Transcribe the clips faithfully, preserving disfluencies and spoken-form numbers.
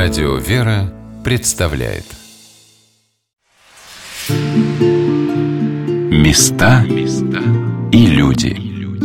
Радио «Вера» представляет Места и люди.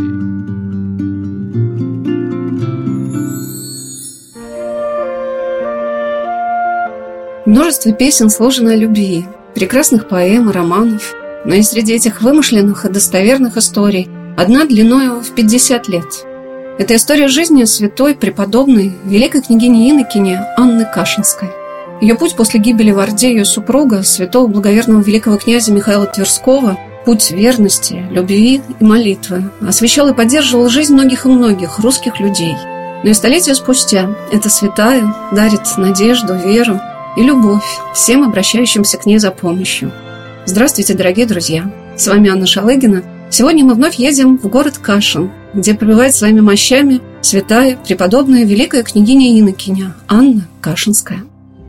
Множество песен сложено о любви, прекрасных поэм и романов, но и среди этих вымышленных и достоверных историй одна длиною в пятьдесят лет. Это история жизни святой, преподобной, великой княгини Иннокене Анны Кашинской. Ее путь после гибели в Орде ее супруга, святого благоверного великого князя Михаила Тверского, путь верности, любви и молитвы, освещал и поддерживал жизнь многих и многих русских людей. Но и столетия спустя эта святая дарит надежду, веру и любовь всем обращающимся к ней за помощью. Здравствуйте, дорогие друзья! С вами Анна Шалыгина. Сегодня мы вновь едем в город Кашин, где пребывает своими мощами святая, преподобная великая княгиня Иннокеня Анна Кашинская.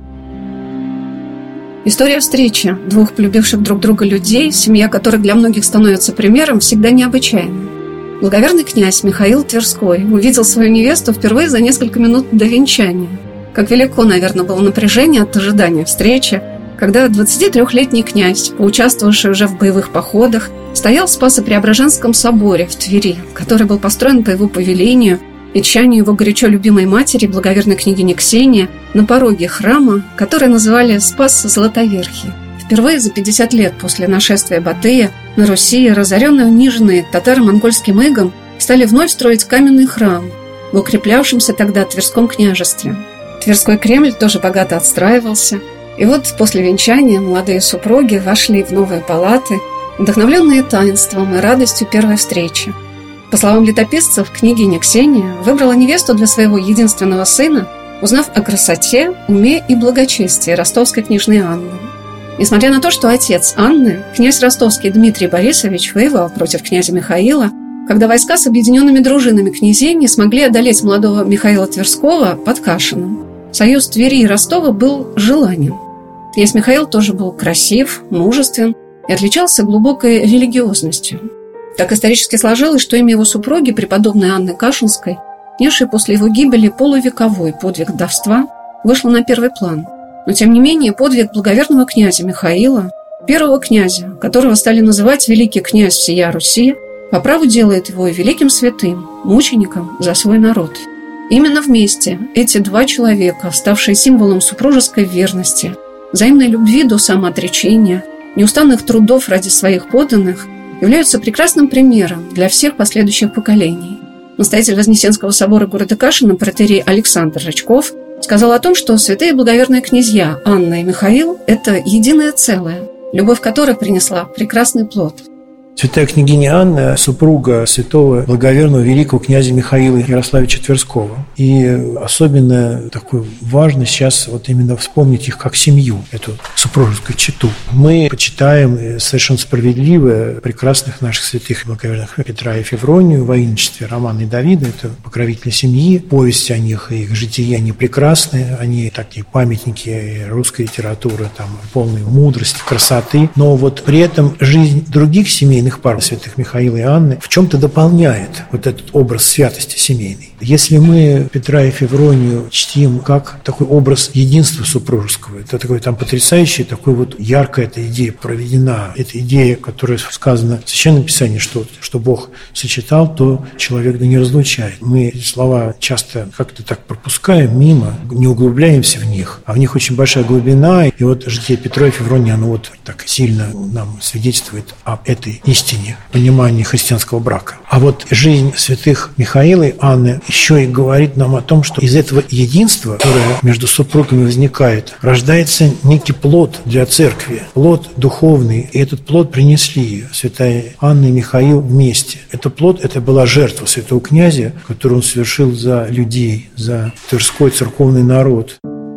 История встречи двух полюбивших друг друга людей, семья которых для многих становится примером, всегда необычайна. Благоверный князь Михаил Тверской увидел свою невесту впервые за несколько минут до венчания. Как велико, наверное, было напряжение от ожидания встречи, когда двадцатитрёхлетний князь, поучаствовавший уже в боевых походах, стоял в Спасо-Преображенском соборе в Твери, который был построен по его повелению и тщанию его горячо любимой матери, благоверной княгини Ксении, на пороге храма, который называли Спас-Златоверхий. Впервые за пятьдесят лет после нашествия Батыя на Руси разоренные и униженные татаро-монгольским игом стали вновь строить каменный храм в укреплявшемся тогда Тверском княжестве. Тверской Кремль тоже богато отстраивался. И вот после венчания молодые супруги вошли в новые палаты, вдохновленные таинством и радостью первой встречи. По словам летописцев, княгиня Ксения выбрала невесту для своего единственного сына, узнав о красоте, уме и благочестии ростовской княжны Анны. Несмотря на то, что отец Анны, князь ростовский Дмитрий Борисович, воевал против князя Михаила, когда войска с объединенными дружинами князей не смогли одолеть молодого Михаила Тверского под Кашином, союз Твери и Ростова был желанием. Князь Михаил тоже был красив, мужествен и отличался глубокой религиозностью. Так исторически сложилось, что имя его супруги, преподобной Анны Кашинской, несшей после его гибели полувековой подвиг вдовства, вышло на первый план. Но, тем не менее, подвиг благоверного князя Михаила, первого князя, которого стали называть великий князь всея Руси, по праву делает его и великим святым, мучеником за свой народ. Именно вместе эти два человека, ставшие символом супружеской верности, взаимной любви до самоотречения, неустанных трудов ради своих подданных, являются прекрасным примером для всех последующих поколений. Настоятель Вознесенского собора города Кашина протоиерей Александр Рычков сказал о том, что святые благоверные князья Анна и Михаил – это единое целое, любовь которых принесла прекрасный плод. Святая княгиня Анна – супруга святого благоверного великого князя Михаила Ярославича Тверского. И особенно такой важно сейчас вот именно вспомнить их как семью, эту супружескую чету. Мы почитаем совершенно справедливо прекрасных наших святых благоверных Петра и Февронию в иночестве Романа и Давида. Это покровители семьи, повесть о них и их житие, они прекрасные, они такие памятники русской литературы, там, полной мудрости, красоты. Но вот при этом жизнь других семейных пар святых Михаила и Анны в чем-то дополняет вот этот образ святости семейной. Если мы Петра и Февронию чтим как такой образ единства супружеского, это такой там потрясающий, такой вот яркая эта идея проведена, эта идея, которая сказана в Священном Писании, что, что Бог сочетал, то человек да не разлучает. Мы эти слова часто как-то так пропускаем мимо, не углубляемся в них, а в них очень большая глубина, и вот житие Петра и Февронии, оно вот так сильно нам свидетельствует об этой истине, понимании христианского брака. А вот жизнь святых Михаила и Анны еще и говорит нам о том, что из этого единства, которое между супругами возникает, рождается некий плод для церкви, плод духовный, и этот плод принесли святая Анна и Михаил вместе. Этот плод – это была жертва святого князя, которую он совершил за людей, за Тверской церковный народ.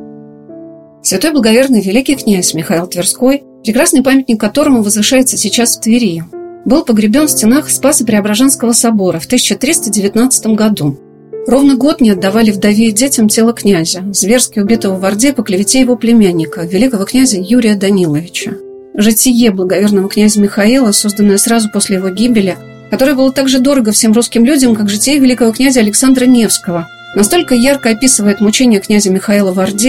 Святой благоверный великий князь Михаил Тверской, прекрасный памятник которому возвышается сейчас в Твери, был погребен в стенах Спасо-Преображенского собора в тысяча триста девятнадцатом году. Ровно год не отдавали вдове и детям тело князя, зверски убитого в Орде по клевете его племянника, великого князя Юрия Даниловича. Житие благоверного князя Михаила, созданное сразу после его гибели, которое было так же дорого всем русским людям, как житие великого князя Александра Невского, настолько ярко описывает мучения князя Михаила в Орде,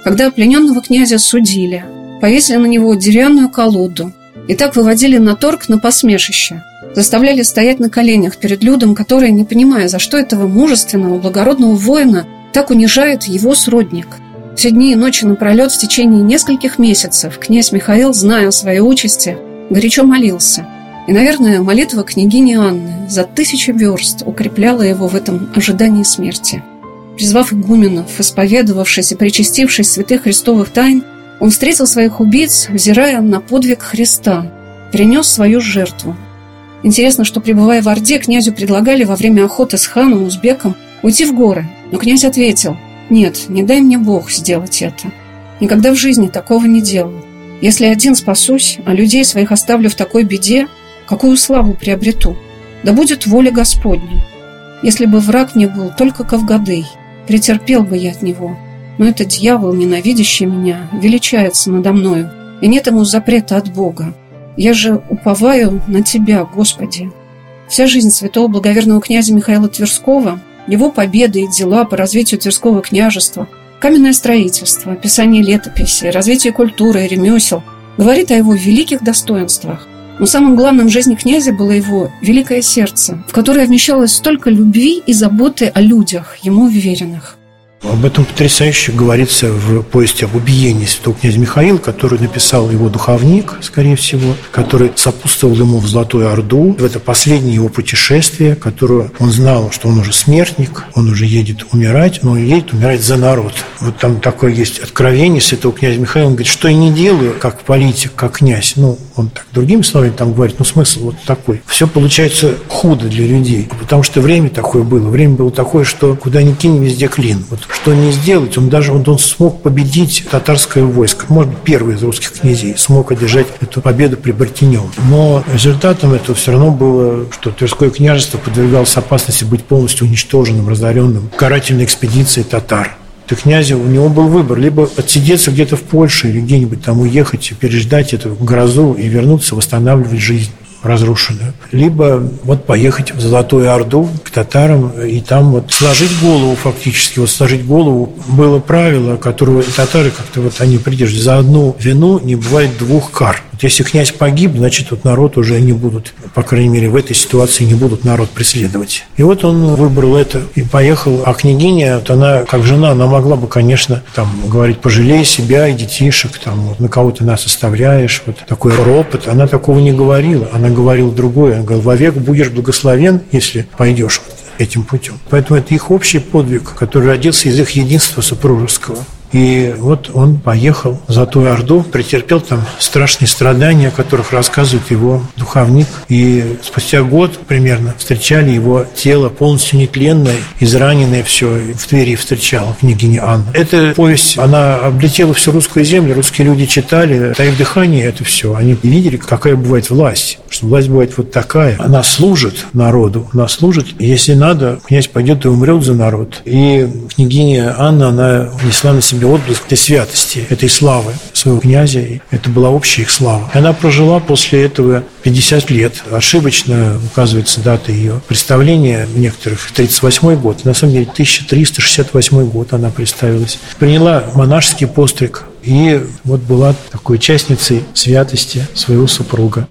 когда плененного князя судили, повесили на него деревянную колоду и так выводили на торг на посмешище, заставляли стоять на коленях перед людом, который, не понимая, за что этого мужественного, благородного воина так унижает его сродник. Все дни и ночи напролет в течение нескольких месяцев князь Михаил, зная о своей участи, горячо молился. И, наверное, молитва княгини Анны за тысячи верст укрепляла его в этом ожидании смерти. Призвав игуменов, исповедовавшись и причастившись святых христовых тайн, он встретил своих убийц, взирая на подвиг Христа, принес свою жертву. Интересно, что, пребывая в Орде, князю предлагали во время охоты с ханом, узбеком, уйти в горы, но князь ответил: «Нет, не дай мне Бог сделать это. Никогда в жизни такого не делал. Если один спасусь, а людей своих оставлю в такой беде, какую славу приобрету? Да будет воля Господня. Если бы враг мне был только Кавгадый, претерпел бы я от него. Но этот дьявол, ненавидящий меня, величается надо мною, и нет ему запрета от Бога. Я же уповаю на Тебя, Господи». Вся жизнь святого благоверного князя Михаила Тверского, его победы и дела по развитию Тверского княжества, каменное строительство, описание летописи, развитие культуры и ремесел говорит о его великих достоинствах. Но самым главным в жизни князя было его великое сердце, в которое вмещалось столько любви и заботы о людях, ему уверенных. Об этом потрясающе говорится в повести об убиении святого князя Михаила, который написал его духовник, скорее всего, который сопутствовал ему в Золотую Орду. В это последнее его путешествие, которое он знал, что он уже смертник, он уже едет умирать, но он едет умирать за народ. Вот там такое есть откровение святого князя Михаила. Он говорит, что я не делаю, как политик, как князь. Ну, он так другими словами там говорит, но смысл вот такой. Все получается худо для людей, потому что время такое было. Время было такое, что куда ни кинь, везде клин. Вот что не сделать, он даже он, он смог победить татарское войско. Может быть, первый из русских князей смог одержать эту победу при Бартеневе. Но результатом этого все равно было, что Тверское княжество подвергалось опасности быть полностью уничтоженным, разоренным карательной экспедицией татар. То князя, у него был выбор: либо отсидеться где-то в Польше или где-нибудь там уехать, переждать эту грозу и вернуться, восстанавливать жизнь разрушенную, либо вот поехать в Золотую Орду к татарам и там вот сложить голову фактически. Вот сложить голову было правило, которого татары как-то вот они придерживались: за одну вину не бывает двух кар. Вот если князь погиб, значит вот народ уже не будут, по крайней мере в этой ситуации не будут народ преследовать. И вот он выбрал это и поехал. А княгиня, вот она как жена, она могла бы, конечно, там говорить: пожалей себя и детишек, там вот, на кого ты нас оставляешь, вот такой ропот. Она такого не говорила. Она говорила другое. Она говорила: вовек будешь благословен, если пойдешь вот этим путем. Поэтому это их общий подвиг, который родился из их единства супружеского. И вот он поехал в Золотую Орду, претерпел там страшные страдания, о которых рассказывает его духовник. И спустя год примерно встречали его тело, полностью нетленное, израненное все, в Твери встречала княгиня Анна. Эта повесть, она облетела всю русскую землю, русские люди читали, таив дыхание, это все. Они видели, какая бывает власть, что власть бывает вот такая. Она служит народу, она служит. Если надо, князь пойдет и умрет за народ. И княгиня Анна, она несла на себе отблеск этой святости, этой славы своего князя. И это была общая их слава. И она прожила после этого пятьдесят лет. Ошибочно указывается дата ее представления в некоторых, тридцать восьмой год. На самом деле тысяча триста шестьдесят восьмой год она представилась. Приняла монашеский постриг и вот была такой участницей святости своего супруга.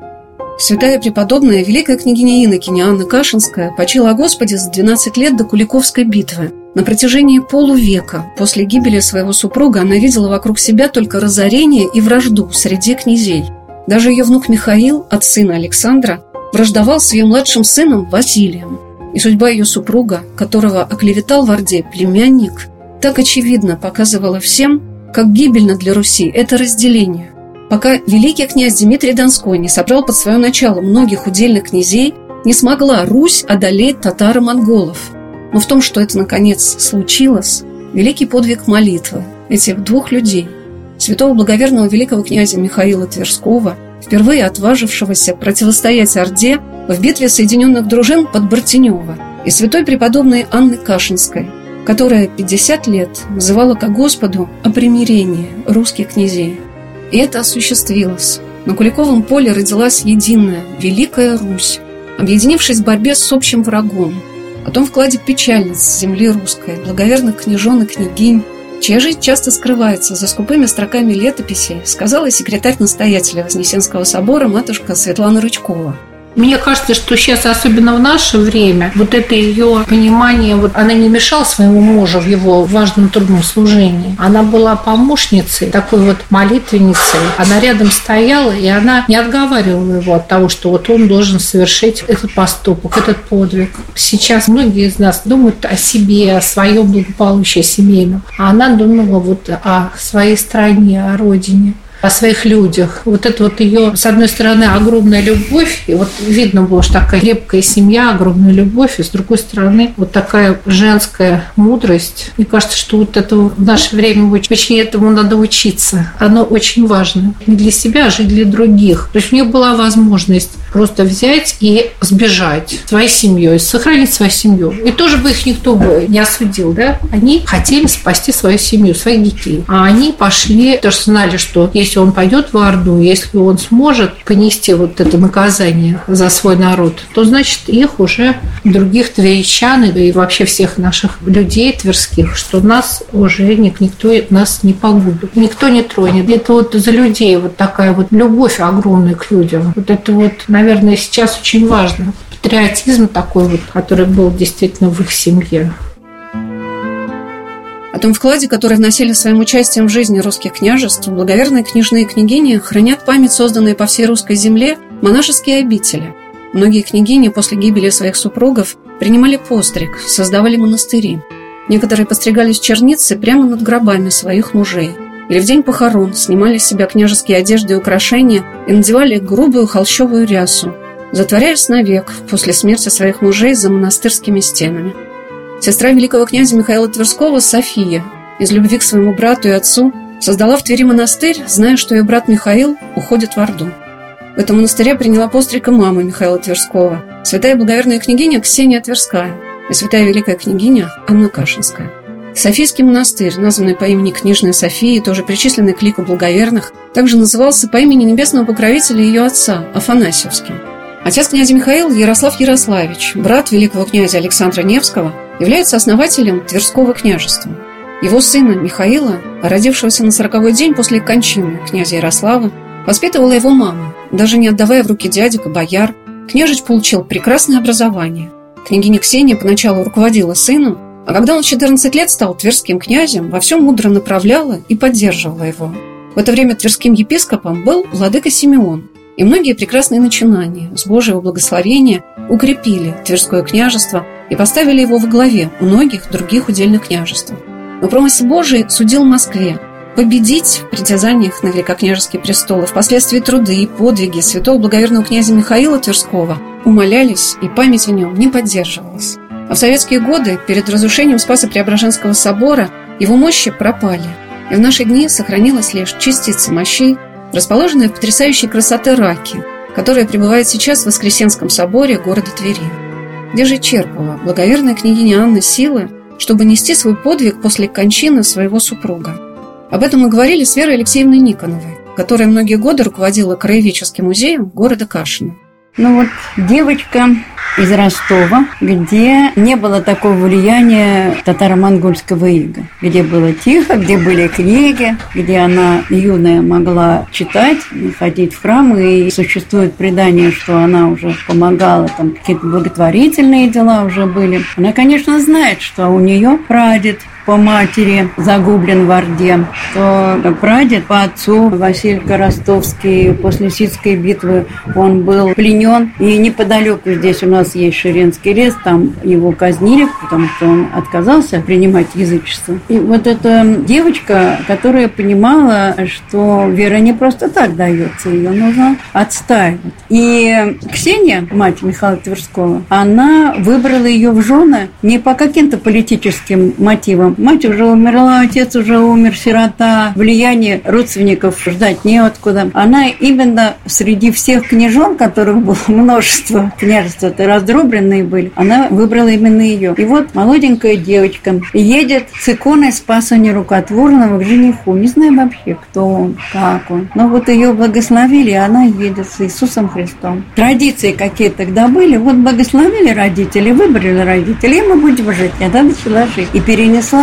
Святая преподобная великая княгиня Иннокеня Анна Кашинская почила о Господе за двенадцать лет до Куликовской битвы. На протяжении полувека после гибели своего супруга она видела вокруг себя только разорение и вражду среди князей. Даже ее внук Михаил, от сына Александра, враждовал с ее младшим сыном Василием. И судьба ее супруга, которого оклеветал в Орде племянник, так очевидно показывала всем, как гибельно для Руси это разделение. Пока великий князь Дмитрий Донской не собрал под свое начало многих удельных князей, не смогла Русь одолеть татаро-монголов. Но в том, что это наконец случилось, великий подвиг молитвы этих двух людей, святого благоверного великого князя Михаила Тверского, впервые отважившегося противостоять Орде в битве соединенных дружин под Бартенево, и святой преподобной Анны Кашинской, которая пятьдесят лет взывала ко Господу о примирении русских князей. И это осуществилось. На Куликовом поле родилась единая, великая Русь, объединившись в борьбе с общим врагом. О том вкладе печальниц земли русской, благоверных княжон и княгинь, чья жизнь часто скрывается за скупыми строками летописей, сказала секретарь-настоятеля Вознесенского собора матушка Светлана Рычкова. Мне кажется, что сейчас, особенно в наше время, вот это ее понимание, вот она не мешала своему мужу в его важном трудном служении. Она была помощницей, такой вот молитвенницей. Она рядом стояла, и она не отговаривала его от того, что вот он должен совершить этот поступок, этот подвиг. Сейчас многие из нас думают о себе, о своем благополучии семейном. А она думала вот о своей стране, о родине, о своих людях. Вот это вот ее, с одной стороны, огромная любовь, и вот видно было, что такая крепкая семья, огромная любовь, и с другой стороны, вот такая женская мудрость. Мне кажется, что вот это в наше время очень этому надо учиться. Оно очень важно. Не для себя, а жить для других. То есть у нее была возможность просто взять и сбежать своей семьей, сохранить свою семью. И тоже бы их никто бы не осудил, да? Они хотели спасти свою семью, своих детей. А они пошли, потому что знали, что если он пойдет в Орду, если он сможет понести вот это наказание за свой народ, то, значит, их уже, других тверичан и вообще всех наших людей тверских, что нас уже никто нас не погубит, никто не тронет. Это вот за людей вот такая вот любовь огромная к людям. Вот это вот, наверное, сейчас очень важно. Патриотизм такой вот, который был действительно в их семье. О том вкладе, который вносили своим участием в жизни русских княжеств, благоверные княжны и княгини хранят память созданные по всей русской земле монашеские обители. Многие княгини после гибели своих супругов принимали постриг, создавали монастыри. Некоторые постригались в чернице прямо над гробами своих мужей. Или в день похорон снимали с себя княжеские одежды и украшения и надевали грубую холщовую рясу, затворяясь навек после смерти своих мужей за монастырскими стенами. Сестра великого князя Михаила Тверского София из любви к своему брату и отцу создала в Твери монастырь, зная, что ее брат Михаил уходит в Орду. В этом монастыре приняла постриг и мама Михаила Тверского, святая благоверная княгиня Ксения Тверская и святая великая княгиня Анна Кашинская. Софийский монастырь, названный по имени княжной Софии, тоже причисленный к лику благоверных, также назывался по имени небесного покровителя ее отца Афанасьевским. Отец князя Михаила, Ярослав Ярославич, брат великого князя Александра Невского, является основателем Тверского княжества. Его сына Михаила, родившегося на сороковой день после кончины князя Ярослава, воспитывала его мама. Даже не отдавая в руки дядек и бояр, княжич получил прекрасное образование. Княгиня Ксения поначалу руководила сыном, а когда он в четырнадцать лет стал тверским князем, во всем мудро направляла и поддерживала его. В это время тверским епископом был владыка Симеон, и многие прекрасные начинания с Божьего благословения укрепили Тверское княжество и поставили его во главе многих других удельных княжеств. Но промысел Божий судил в Москве. Победить в притязаниях на великокняжеский престол и впоследствии труды и подвиги святого благоверного князя Михаила Тверского умалялись, и память о нем не поддерживалась. А в советские годы, перед разрушением Спасо-Преображенского собора, его мощи пропали, и в наши дни сохранилась лишь частица мощей, расположенная в потрясающей красоты раки, которая пребывает сейчас в Воскресенском соборе города Твери. Где же черпала благоверная княгиня Анна силы, чтобы нести свой подвиг после кончины своего супруга? Об этом мы говорили с Верой Алексеевной Никоновой, которая многие годы руководила краеведческим музеем города Кашина. Ну вот девочка из Ростова, где не было такого влияния татаро-монгольского ига, где было тихо, где были книги, где она юная могла читать, ходить в храмы, и существует предание, что она уже помогала, там какие-то благотворительные дела уже были. Она, конечно, знает, что у нее прадед по матери загублен в Орде, то прадед по отцу Василька Ростовский после Сидской битвы он был пленен, и неподалеку здесь у нас есть Ширинский лес, там его казнили, потому что он отказался принимать язычество. И вот эта девочка, которая понимала, что вера не просто так дается, ее нужно отстаивать. И Ксения, мать Михаила Тверского, она выбрала ее в жены не по каким-то политическим мотивам. Мать уже умерла, отец уже умер, сирота, влияние родственников ждать неоткуда. Она именно среди всех княжон, которых было множество, княжества-то раздробленные были, она выбрала именно ее. И вот молоденькая девочка едет с иконой Спаса Нерукотворного к жениху. Не знаю вообще, кто он, как он. Но вот ее благословили, и она едет с Иисусом Христом. Традиции какие тогда были. Вот благословили родители, выбрали родителей, и мы будем жить. И она начала жить. И перенесла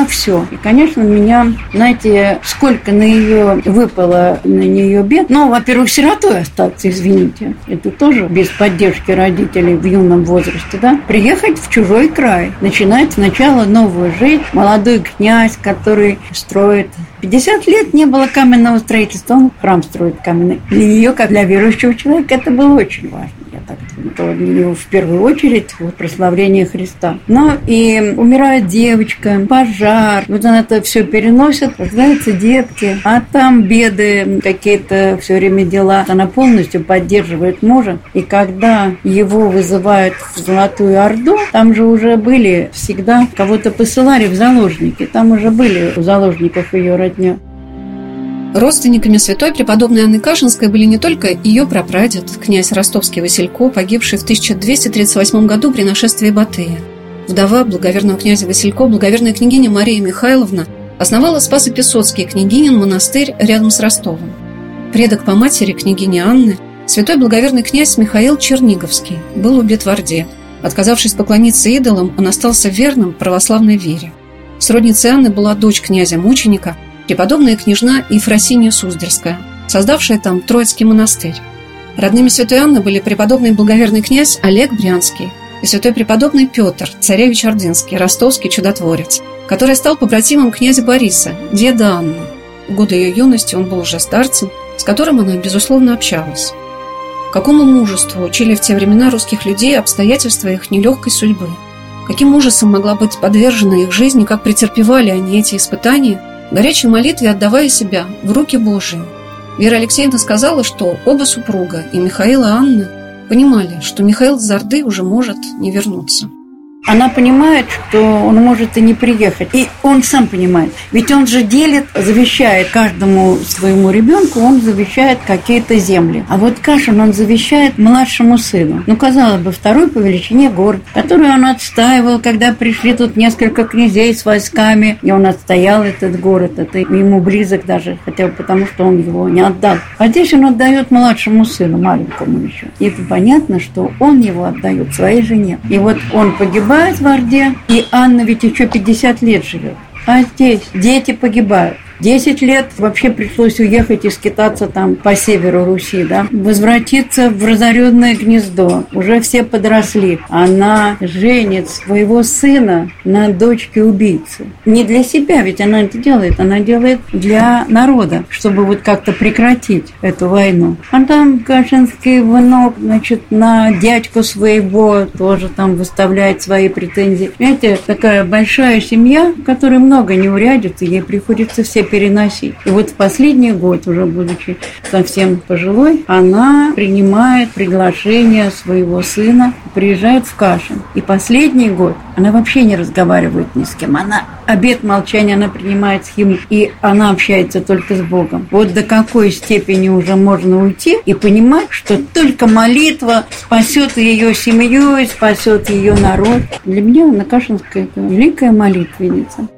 все. И, конечно, меня, знаете, сколько на ее выпало, на нее бед. Ну, во-первых, сиротой остаться, извините. Это тоже без поддержки родителей в юном возрасте, да? Приехать в чужой край, начинать сначала новую жизнь. Молодой князь, который строит... пятьдесят лет не было каменного строительства, он храм строит каменный. Для нее, как для верующего человека, это было очень важно. Я так думаю, для него в первую очередь вот, прославление Христа. Но и умирает девочка, пожар, вот она это все переносит, рождаются детки, а там беды, какие-то все время дела. Она полностью поддерживает мужа, и когда его вызывают в Золотую Орду, там же уже были всегда, кого-то посылали в заложники, там уже были у заложников ее родня. Родственниками святой преподобной Анны Кашинской были не только ее прапрадед, князь ростовский Василько, погибший в тысяча двести тридцать восьмом году при нашествии Батыя. Вдова благоверного князя Василько, благоверная княгиня Мария Михайловна, основала Спасо-Песоцкий княгинин монастырь рядом с Ростовом. Предок по матери княгини Анны, святой благоверный князь Михаил Черниговский, был убит в Орде. Отказавшись поклониться идолам, он остался верным православной вере. Сродницей Анны была дочь князя-мученика, преподобная княжна Ефросинья Суздальская, создавшая там Троицкий монастырь. Родными святой Анны были преподобный благоверный князь Олег Брянский и святой преподобный Петр, царевич Ордынский, ростовский чудотворец, который стал побратимом князя Бориса, деда Анны. В годы ее юности он был уже старцем, с которым она, безусловно, общалась. Какому мужеству учили в те времена русских людей обстоятельства их нелегкой судьбы? Каким ужасом могла быть подвержена их жизнь, и как претерпевали они эти испытания, в горячей молитве отдавая себя в руки Божии. Вера Алексеевна сказала, что оба супруга, и Михаил и Анна, понимали, что Михаил из Орды уже может не вернуться. Она понимает, что он может и не приехать. И он сам понимает. Ведь он же делит, завещает каждому своему ребенку, он завещает какие-то земли. А вот Кашин он завещает младшему сыну. Ну, казалось бы, второй по величине город, который он отстаивал, когда пришли тут несколько князей с войсками. И он отстоял этот город. Это ему близок даже, хотя бы потому, что он его не отдал. А здесь он отдает младшему сыну, маленькому еще. И понятно, что он его отдает своей жене. И вот он погибает в Орде, и Анна ведь еще пятьдесят лет живет. А здесь дети погибают. Десять лет вообще пришлось уехать и скитаться там по северу Руси, да, возвратиться в разоренное гнездо. Уже все подросли. Она женит своего сына на дочке убийцы. Не для себя, ведь она это делает, она делает для народа, чтобы вот как-то прекратить эту войну. А там Кашинский внук, значит, на дядьку своего тоже там выставляет свои претензии. Знаете, такая большая семья, в которой много не урядится, ей приходится все переносить. И вот в последний год, уже будучи совсем пожилой, она принимает приглашение своего сына, приезжает в Кашин. И последний год она вообще не разговаривает ни с кем. Она обет молчания она принимает с ним, и она общается только с Богом. Вот до какой степени уже можно уйти и понимать, что только молитва спасет ее семью и спасет ее народ. Для меня Анна Кашинская – это великая молитвенница.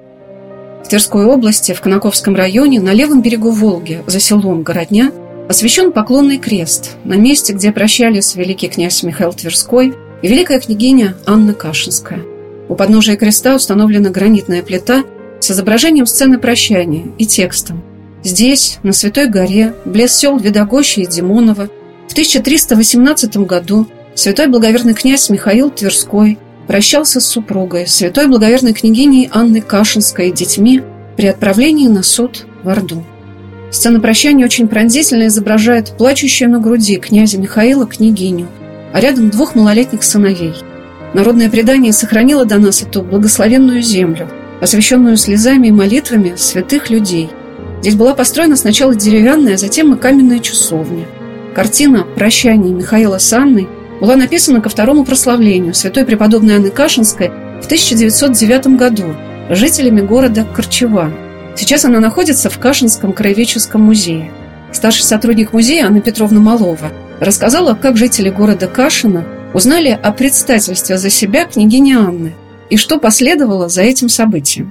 В Тверской области, в Конаковском районе, на левом берегу Волги, за селом Городня, освящен поклонный крест на месте, где прощались великий князь Михаил Тверской и великая княгиня Анна Кашинская. У подножия креста установлена гранитная плита с изображением сцены прощания и текстом. Здесь, на Святой горе, близ сел Видогоща и Димонова, в тысяча триста восемнадцатом году святой благоверный князь Михаил Тверской прощался с супругой, святой благоверной княгиней Анной Кашинской и детьми при отправлении на суд в Орду. Сцена прощания очень пронзительно изображает плачущую на груди князя Михаила княгиню, а рядом двух малолетних сыновей. Народное предание сохранило до нас эту благословенную землю, освященную слезами и молитвами святых людей. Здесь была построена сначала деревянная, а затем и каменная часовня. Картина «Прощание Михаила с Анной» была написана ко второму прославлению святой преподобной Анны Кашинской в тысяча девятьсот девятом году жителями города Корчева. Сейчас она находится в Кашинском краеведческом музее. Старший сотрудник музея Анна Петровна Малова рассказала, как жители города Кашина узнали о предстательстве за себя княгини Анны и что последовало за этим событием.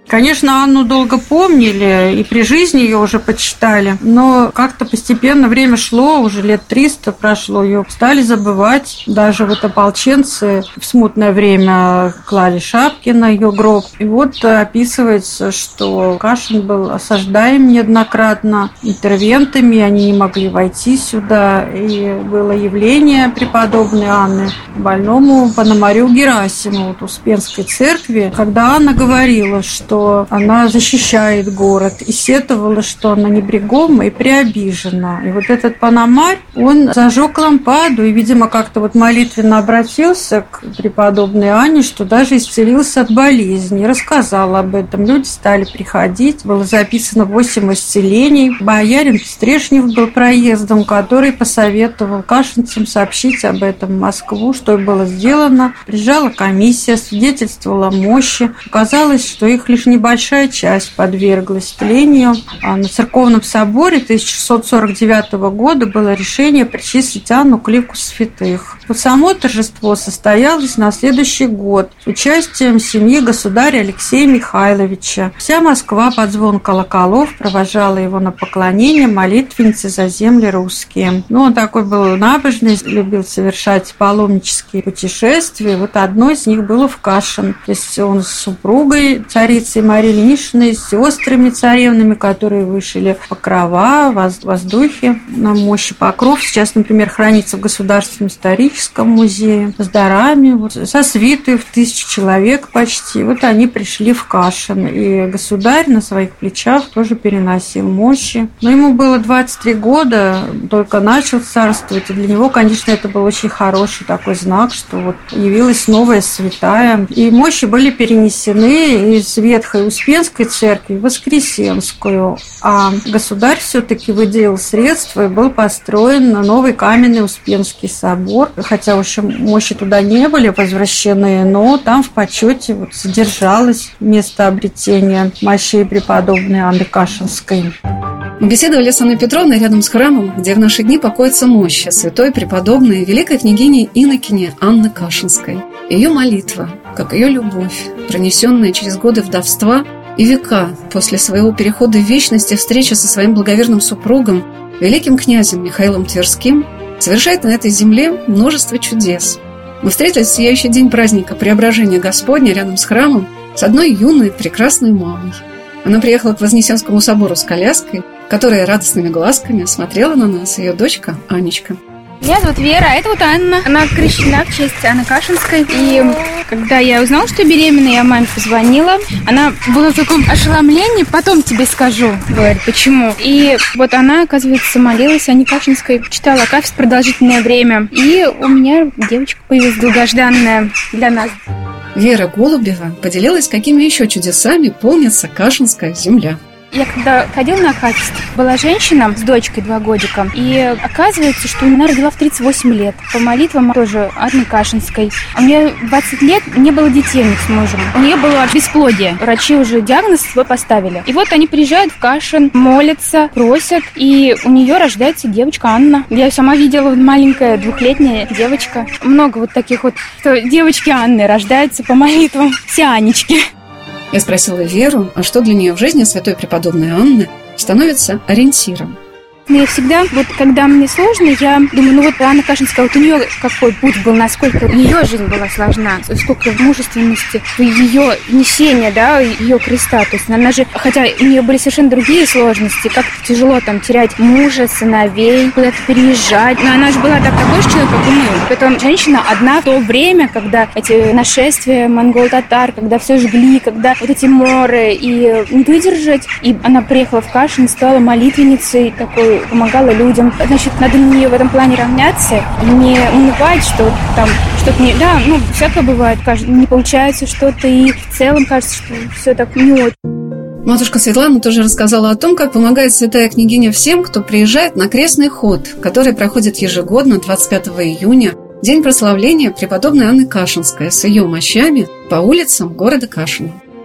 Конечно, Анну долго помнили и при жизни ее уже почитали, но как-то постепенно время шло, уже лет триста прошло, ее стали забывать. Даже вот ополченцы в смутное время клали шапки на ее гроб. И вот описывается, что Кашин был осаждаем неоднократно интервентами, они не могли войти сюда. И было явление преподобной Анны больному Пономарю Герасиму вот, Успенской церкви, когда Анна говорила, что она защищает город и сетовала, что она небрегома и преобижена. И вот этот Пономарь, он зажег лампаду и, видимо, как-то вот молитвенно обратился к преподобной Анне, что даже исцелился от болезни. Рассказал об этом. Люди стали приходить. Было записано восемь исцелений. Боярин Стрешнев был проездом, который посоветовал кашинцам сообщить об этом в Москву, что и было сделано. Приезжала комиссия, свидетельствовала о мощи. Оказалось, что их лишь небольшая часть подверглась тлению. А на церковном соборе тысяча шестьсот сорок девятого года было решение причислить Анну к лику святых. Вот само торжество состоялось на следующий год с участием семьи государя Алексея Михайловича. Вся Москва под звон колоколов провожала его на поклонение молитвенницы за земли русские. Ну, он такой был набожный, любил совершать паломнические путешествия. Вот одно из них было в Кашин. То есть он с супругой царицы Марии Ильиничной, с сестрами царевнами, которые вышили покрова, воздухи на мощи покров. Сейчас, например, хранится в Государственном историческом музее с дарами, вот, со свитой в тысячу человек почти. Вот они пришли в Кашин, и государь на своих плечах тоже переносил мощи. Но ему было двадцать три года, только начал царствовать, и для него, конечно, это был очень хороший такой знак, что вот явилась новая святая. И мощи были перенесены из Ветхой Успенской церкви в Воскресенскую, а государь все-таки выделил средства и был построен новый каменный Успенский собор, хотя уж мощи туда не были возвращены, но там в почете вот содержалось место обретения мощей преподобной Анны Кашинской. Мы беседовали с Анной Петровной рядом с храмом, где в наши дни покоятся мощи святой преподобной великой княгини инокини Анны Кашинской. Ее молитва, как ее любовь, пронесенная через годы вдовства и века после своего перехода в вечность и встречи со своим благоверным супругом, великим князем Михаилом Тверским, совершает на этой земле множество чудес. Мы встретились в сияющий день праздника Преображения Господня рядом с храмом с одной юной прекрасной мамой. Она приехала к Вознесенскому собору с коляской, которая радостными глазками смотрела на нас, ее дочка Анечка. Меня зовут Вера, а это вот Анна. Она крещена в честь Анны Кашинской. И когда я узнала, что беременна, я маме позвонила. Она была в таком ошеломлении. Потом тебе скажу, говорит, почему. И вот она, оказывается, молилась Анне Кашинской, читала акафист продолжительное время. И у меня девочка появилась долгожданная для нас. Вера Голубева поделилась, какими еще чудесами полнится Кашинская земля. Я когда ходила на акафист, была женщина с дочкой два годика, и оказывается, что она родила в тридцать восемь лет. По молитвам тоже Анны Кашинской. У нее двадцать лет, не было детей у них с мужем. У нее было бесплодие. Врачи уже диагноз свой поставили. И вот они приезжают в Кашин, молятся, просят, и у нее рождается девочка Анна. Я ее сама видела, маленькая двухлетняя девочка. Много вот таких вот, что девочки Анны рождаются по молитвам. Все Анечки. Я спросила Веру, а что для нее в жизни святой преподобной Анны становится ориентиром. Но я всегда, вот когда мне сложно, я думаю, ну вот Анна Кашинская, вот у нее какой путь был, насколько ее жизнь была сложна, сколько мужественности, ее несения, да, ее креста. То есть она же, хотя у нее были совершенно другие сложности, как тяжело там терять мужа, сыновей, куда-то переезжать. Но она же была так такой же человек, как и мы. Потом женщина одна в то время, когда эти нашествия монгол-татар, когда все жгли, когда вот эти моры, и не выдержать. И она приехала в Кашин, стала молитвенницей такой, помогала людям. Значит, надо на нее в этом плане равняться, не унывать, что там что-то не... Да, ну, всякое бывает, кажется, не получается что-то, и в целом кажется, что все так не очень. Матушка Светлана тоже рассказала о том, как помогает святая княгиня всем, кто приезжает на крестный ход, который проходит ежегодно двадцать пятого июня, день прославления преподобной Анны Кашинской с ее мощами по улицам города Кашина.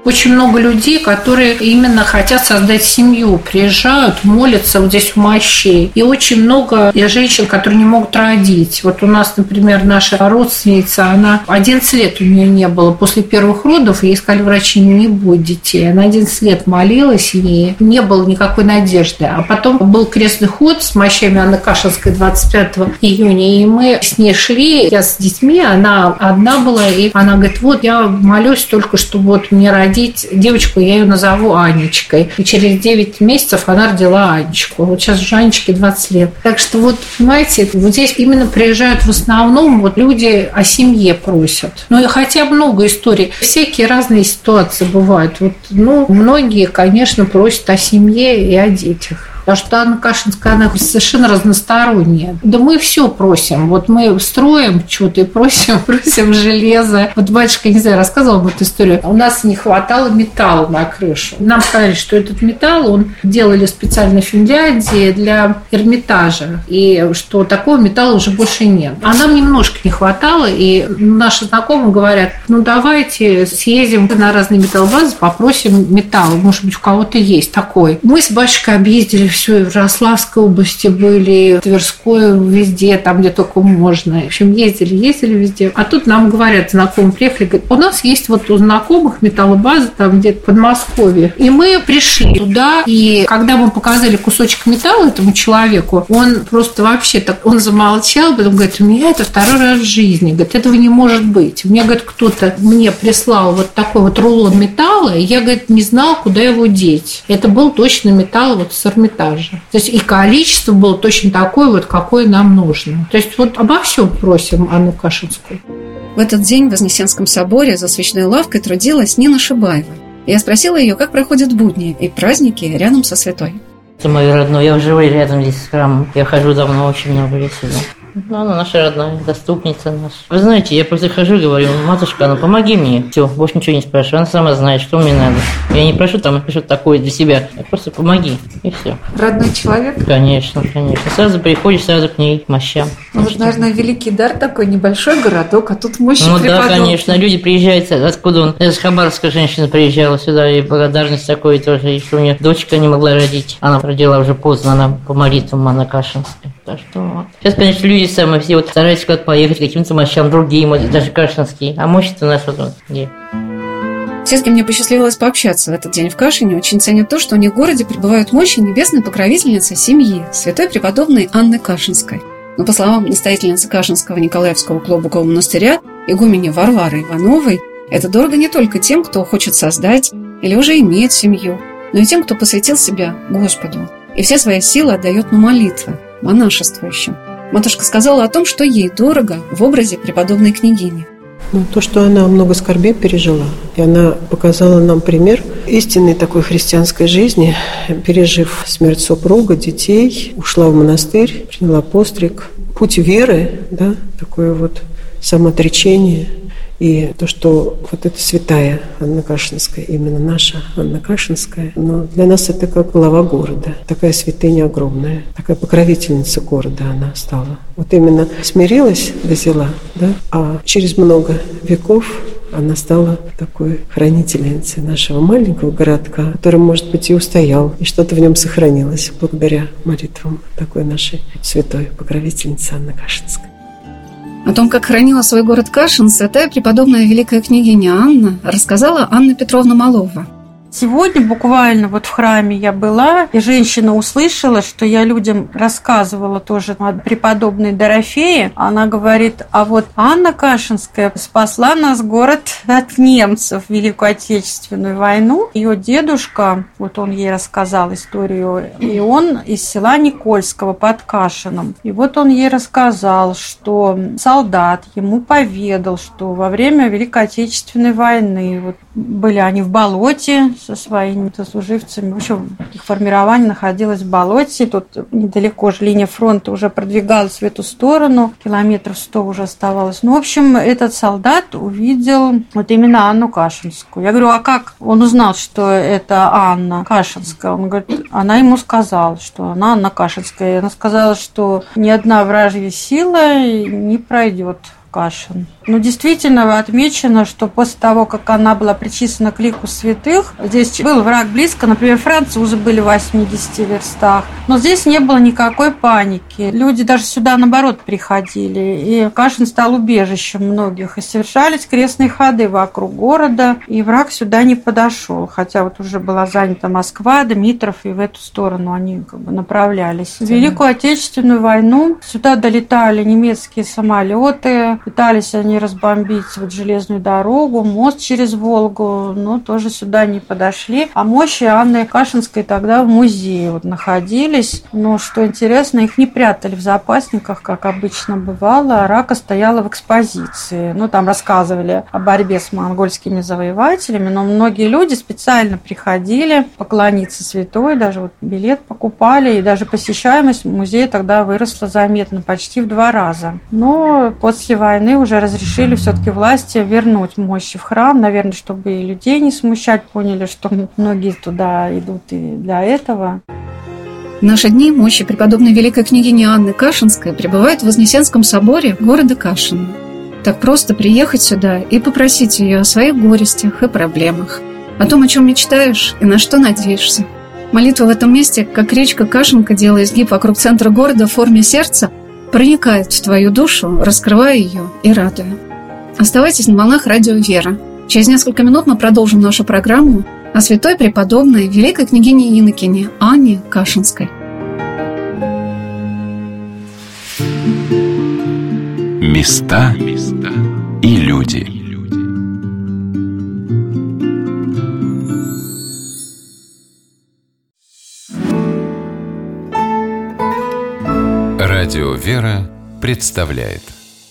Очень много людей, которые именно хотят создать семью, приезжают, молятся вот здесь у мощей. И очень много женщин, которые не могут родить. Вот у нас, например, наша родственница, она одиннадцать лет у нее не было. После первых родов ей сказали врачи, не будет детей. Она одиннадцать лет молилась, и не было никакой надежды. А потом был крестный ход с мощами Анны Кашинской двадцать пятого июня, и мы с ней шли, я с детьми, она одна была, и она говорит, вот я молюсь только, чтобы вот мне родить девочку, я ее назову Анечкой. И через девять месяцев она родила Анечку. Вот сейчас уже Анечке двадцать лет. Так что вот, понимаете, вот здесь именно приезжают в основном вот люди о семье просят. Ну и хотя много историй. Всякие разные ситуации бывают. Вот, ну, многие, конечно, просят о семье и о детях. Потому что Анна Кашинская, она совершенно разносторонняя. Да мы все просим. Вот мы строим что-то и просим, просим железо. Вот батюшка, не знаю, рассказывал эту историю. У нас не хватало металла на крышу. Нам сказали, что этот металл, он делали специально в Финляндии для Эрмитажа. И что такого металла уже больше нет. А нам немножко не хватало. И наши знакомые говорят, ну давайте съездим на разные металлобазы, попросим металл. Может быть, у кого-то есть такой. Мы с батюшкой объездили все, в Ярославской области были, в Тверской, везде, там, где только можно. В общем, ездили, ездили везде. А тут нам говорят, знакомые приехали, говорят, у нас есть вот у знакомых металлобаза там где-то в Подмосковье. И мы пришли туда, и когда мы показали кусочек металла этому человеку, он просто вообще так, он замолчал, потом говорит, у меня это второй раз в жизни. Говорит, этого не может быть. Мне, говорит, кто-то мне прислал вот такой вот рулон металла, и я, говорит, не знал, куда его деть. Это был точно металл вот с Эрмитажа. То есть и количество было точно такое, вот, какое нам нужно. То есть вот обо всем просим Анну Кашинскую. В этот день в Вознесенском соборе за свечной лавкой трудилась Нина Шибаева. Я спросила ее, как проходят будни и праздники рядом со святой. Это мой родной, я живу рядом здесь с храмом. Я хожу давно, очень много лет сюда. Ну, она наша родная, заступница наша. Вы знаете, я просто хожу и говорю, матушка, ну помоги мне. Все, больше ничего не спрашиваю. Она сама знает, что мне надо. Я не прошу там что-то такое для себя. Я просто помоги, и все. Родной человек? Конечно, конечно. Сразу приходишь, сразу к ней, к мощам. Ну, вот, наверное, великий дар такой, небольшой городок, а тут мощи Ну преподобный. да, конечно. Люди приезжают, откуда он? Из Хабаровска женщина приезжала сюда, и благодарность такой тоже, и что у нее дочка не могла родить. Она родила уже поздно, она по молитвам Анны Кашинской. Так что вот. Сейчас, конечно, люди самые все вот стараются куда-то поехать к каким-то мощам, другим, вот, даже Кашинские. А мощь-то наша вот где? Все, с кем мне посчастливилось пообщаться в этот день в Кашине, очень ценят то, что у них в городе пребывают мощи небесной покровительницы семьи, святой преподобной Анны Кашинской. Но, по словам настоятельницы Кашинского Николаевского Клобукового монастыря, игумени Варвары Ивановой, это дорого не только тем, кто хочет создать или уже имеет семью, но и тем, кто посвятил себя Господу и все свои силы отдает на молитвы монашествующим. Матушка сказала о том, что ей дорого в образе преподобной княгини. Ну, то, что она много скорбей пережила, и она показала нам пример истинной такой христианской жизни, пережив смерть супруга, детей, ушла в монастырь, приняла постриг. Путь веры, да, такое вот самоотречение. И то, что вот эта святая Анна Кашинская, именно наша Анна Кашинская, но для нас это как глава города. Такая святыня огромная, такая покровительница города она стала. Вот именно смирилась до зела, да, а через много веков она стала такой хранительницей нашего маленького городка, который, может быть, и устоял, и что-то в нем сохранилось благодаря молитвам такой нашей святой покровительницы Анны Кашинской. О том, как хранила свой город Кашин, святая преподобная великая княгиня Анна рассказала Анна Петровна Малова. Сегодня буквально вот в храме я была, и женщина услышала, что я людям рассказывала тоже о преподобной Дорофее. Она говорит, а вот Анна Кашинская спасла нас город от немцев в Великую Отечественную войну. Ее дедушка, вот он ей рассказал историю, и он из села Никольского под Кашином. И вот он ей рассказал, что солдат ему поведал, что во время Великой Отечественной войны вот были они в болоте со своими сослуживцами. В общем, их формирование находилось в болоте. Тут недалеко же линия фронта уже продвигалась в эту сторону. Километров сто уже оставалось. Ну, в общем, этот солдат увидел вот именно Анну Кашинскую. Я говорю, а как он узнал, что это Анна Кашинская? Он говорит, она ему сказала, что она Анна Кашинская. И она сказала, что ни одна вражья сила не пройдет Кашин. Но действительно отмечено, что после того, как она была причислена к лику святых, здесь был враг близко, например, французы были в восьмидесяти верстах, но здесь не было никакой паники. Люди даже сюда, наоборот, приходили, и Кашин стал убежищем многих, и совершались крестные ходы вокруг города, и враг сюда не подошел, хотя вот уже была занята Москва, Дмитров, и в эту сторону они как бы направлялись. В Великую Отечественную войну сюда долетали немецкие самолеты, пытались они разбомбить вот железную дорогу, мост через Волгу, но тоже сюда не подошли. А мощи Анны Кашинской тогда в музее вот находились, но что интересно, их не прятали в запасниках, как обычно бывало, а рака стояла в экспозиции. Ну, там рассказывали о борьбе с монгольскими завоевателями, но многие люди специально приходили поклониться святой, даже вот билет покупали, и даже посещаемость музея тогда выросла заметно, почти в два раза. Но после войны уже разрешили все-таки власти вернуть мощи в храм, наверное, чтобы и людей не смущать, поняли, что многие туда идут и для этого. В наши дни мощи преподобной великой княгини Анны Кашинской пребывают в Вознесенском соборе города Кашина. Так просто приехать сюда и попросить ее о своих горестях и проблемах, о том, о чем мечтаешь и на что надеешься. Молитва в этом месте, как речка Кашинка, делая изгиб вокруг центра города в форме сердца, проникает в твою душу, раскрывая ее и радуя. Оставайтесь на волнах радио «Вера». Через несколько минут мы продолжим нашу программу о святой преподобной великой княгине Иннокене Анне Кашинской. Места и люди. Радио «Вера» представляет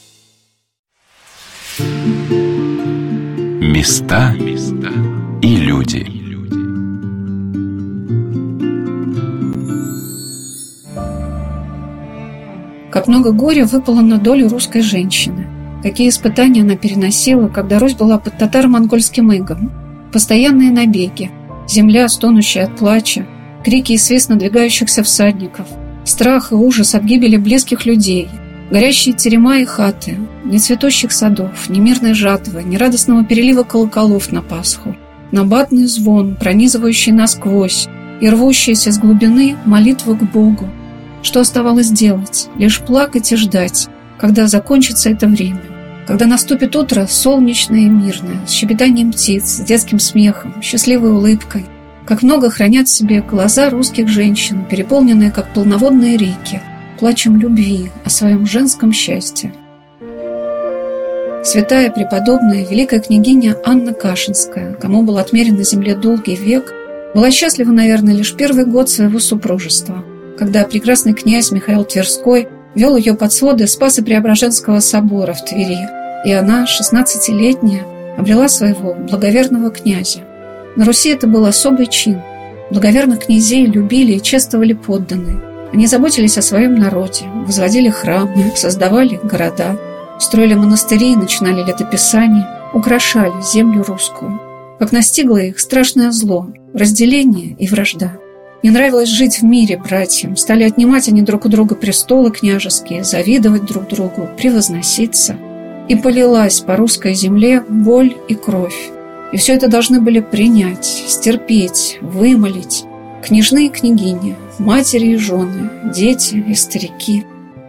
Места и люди. Как много горя выпало на долю русской женщины. Какие испытания она переносила, когда Русь была под татаро-монгольским игом. Постоянные набеги, земля, стонущая от плача, крики и свист надвигающихся всадников, страх и ужас от гибели близких людей, горящие терема и хаты, ни цветущих садов, ни мирной жатвы, ни радостного перелива колоколов на Пасху, набатный звон, пронизывающий насквозь и рвущийся с глубины молитвы к Богу. Что оставалось делать? Лишь плакать и ждать, когда закончится это время, когда наступит утро солнечное и мирное, с щебетанием птиц, с детским смехом, счастливой улыбкой. Как много хранят в себе глаза русских женщин, переполненные, как полноводные реки, плачем любви о своем женском счастье. Святая преподобная великая княгиня Анна Кашинская, кому был отмерен на земле долгий век, была счастлива, наверное, лишь первый год своего супружества, когда прекрасный князь Михаил Тверской вел ее под своды Спасо-Преображенского собора в Твери, и она, шестнадцатилетняя, обрела своего благоверного князя. На Руси это был особый чин. Благоверных князей любили и чествовали подданные. Они заботились о своем народе, возводили храмы, создавали города, строили монастыри, начинали летописания, украшали землю русскую. Как настигло их страшное зло, разделение и вражда. Не нравилось жить в мире братьям, стали отнимать они друг у друга престолы княжеские, завидовать друг другу, превозноситься. И полилась по русской земле боль и кровь. И все это должны были принять, стерпеть, вымолить княжны и княгини, матери и жены, дети и старики.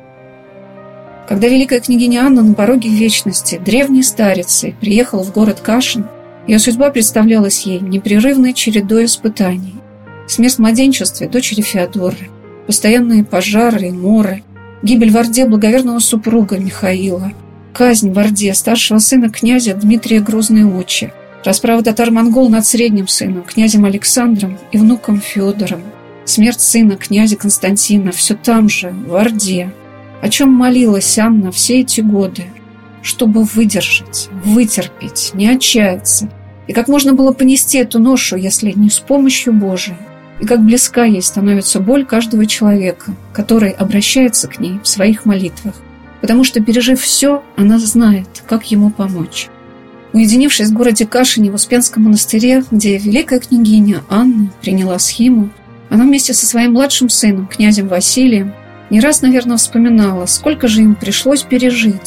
Когда великая княгиня Анна на пороге вечности, древней старицей, приехала в город Кашин, ее судьба представлялась ей непрерывной чередой испытаний. Смерть в младенчестве дочери Феодоры, постоянные пожары и моры, гибель в Орде благоверного супруга Михаила, казнь в Орде старшего сына князя Дмитрия Грозной Очи, расправа татар-монгол над средним сыном, князем Александром и внуком Федором, смерть сына князя Константина все там же, в Орде. О чем молилась Анна все эти годы? Чтобы выдержать, вытерпеть, не отчаяться. И как можно было понести эту ношу, если не с помощью Божией? И как близка ей становится боль каждого человека, который обращается к ней в своих молитвах. Потому что, пережив все, она знает, как ему помочь. Уединившись в городе Кашине в Успенском монастыре, где великая княгиня Анна приняла схиму, она вместе со своим младшим сыном, князем Василием, не раз, наверное, вспоминала, сколько же им пришлось пережить.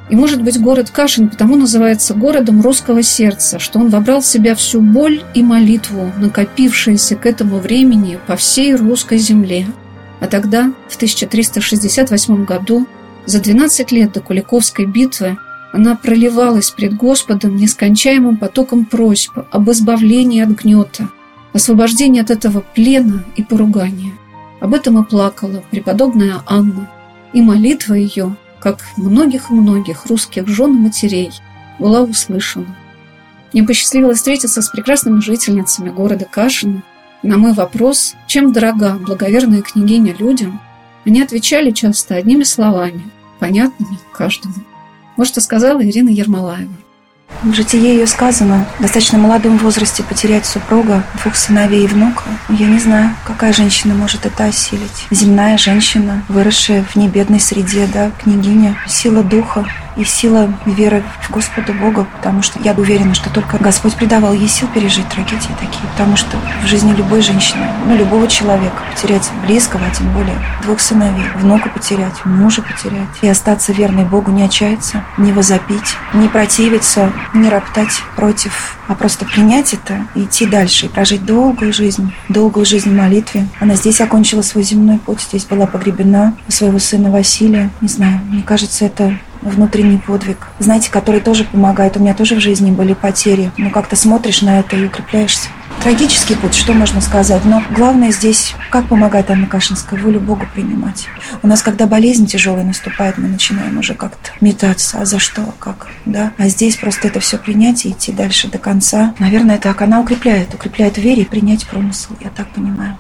И, может быть, город Кашин потому называется городом русского сердца, что он вобрал в себя всю боль и молитву, накопившиеся к этому времени по всей русской земле. А тогда, в тысяча триста шестьдесят восьмом году, за двенадцать лет до Куликовской битвы, она проливалась пред Господом нескончаемым потоком просьб об избавлении от гнета, освобождении от этого плена и поругания. Об этом и плакала преподобная Анна, и молитва ее, как многих-многих русских жен и матерей, была услышана. Мне посчастливилось встретиться с прекрасными жительницами города Кашина, и на мой вопрос, чем дорога благоверная княгиня людям, они отвечали часто одними словами, понятными каждому. Вот что сказала Ирина Ермолаева. В житии ее сказано, в достаточно молодом возрасте потерять супруга, двух сыновей и внука. Я не знаю, какая женщина может это осилить. Земная женщина, выросшая в небедной среде, да, княгиня, сила духа и сила веры в Господа Бога, потому что я уверена, что только Господь придавал ей сил пережить трагедии такие, потому что в жизни любой женщины, ну, любого человека потерять близкого, а тем более двух сыновей, внука потерять, мужа потерять, и остаться верной Богу, не отчаяться, не возопить, не противиться, не роптать против, а просто принять это и идти дальше, и прожить долгую жизнь, долгую жизнь в молитве. Она здесь окончила свой земной путь, здесь была погребена у своего сына Василия. Не знаю, мне кажется, это внутренний подвиг, знаете, который тоже помогает. У меня тоже в жизни были потери, но как-то смотришь на это и укрепляешься. Трагический путь, что можно сказать, но главное здесь, как помогает Анна Кашинская, волю Богу принимать. У нас, когда болезнь тяжелая наступает, мы начинаем уже как-то метаться, а за что, как, да? А здесь просто это все принять и идти дальше до конца. Наверное, так она укрепляет, укрепляет в вере и принять промысл, я так понимаю.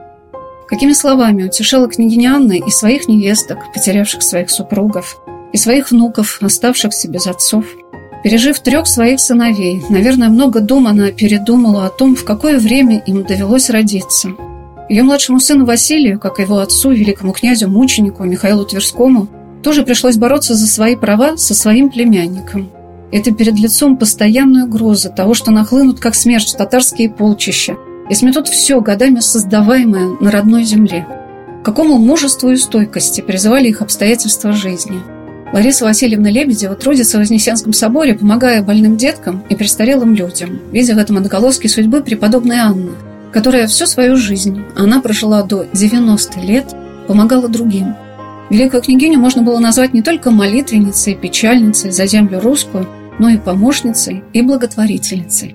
Какими словами утешала княгиня Анна и своих невесток, потерявших своих супругов, и своих внуков, оставшихся без отцов. Пережив трех своих сыновей, наверное, много дум она передумала о том, в какое время им довелось родиться. Ее младшему сыну Василию, как и его отцу, великому князю-мученику Михаилу Тверскому, тоже пришлось бороться за свои права со своим племянником. Это перед лицом постоянной угрозы того, что нахлынут, как смерч, татарские полчища и сметут все, годами создаваемое на родной земле. К какому мужеству и стойкости призывали их обстоятельства жизни. Лариса Васильевна Лебедева трудится в Вознесенском соборе, помогая больным деткам и престарелым людям, видя в этом отголоски судьбы преподобной Анны, которая всю свою жизнь, она прожила до девяноста лет, помогала другим. Великую княгиню можно было назвать не только молитвенницей и печальницей за землю русскую, но и помощницей и благотворительницей.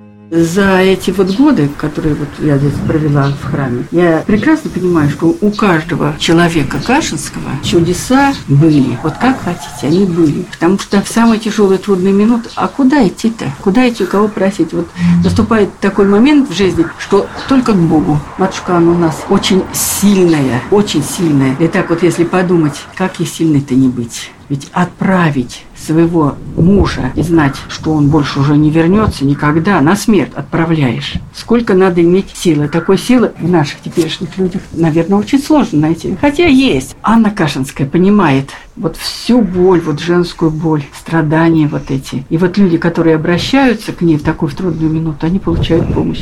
За эти вот годы, которые вот я здесь провела в храме, я прекрасно понимаю, что у каждого человека кашинского чудеса были. Вот как хотите, они были. Потому что в самые тяжелые трудные минуты, а куда идти-то? Куда идти, у кого просить? Вот наступает такой момент в жизни, что только к Богу. Матушка, она у нас очень сильная, очень сильная. И так вот, если подумать, как ей сильной-то не быть? Ведь отправить своего мужа и знать, что он больше уже не вернется никогда, на смерть отправляешь. Сколько надо иметь силы. Такой силы в наших теперешних людях, наверное, очень сложно найти. Хотя есть. Анна Кашинская понимает вот всю боль, вот женскую боль, страдания вот эти. И вот люди, которые обращаются к ней в такую в трудную минуту, они получают помощь.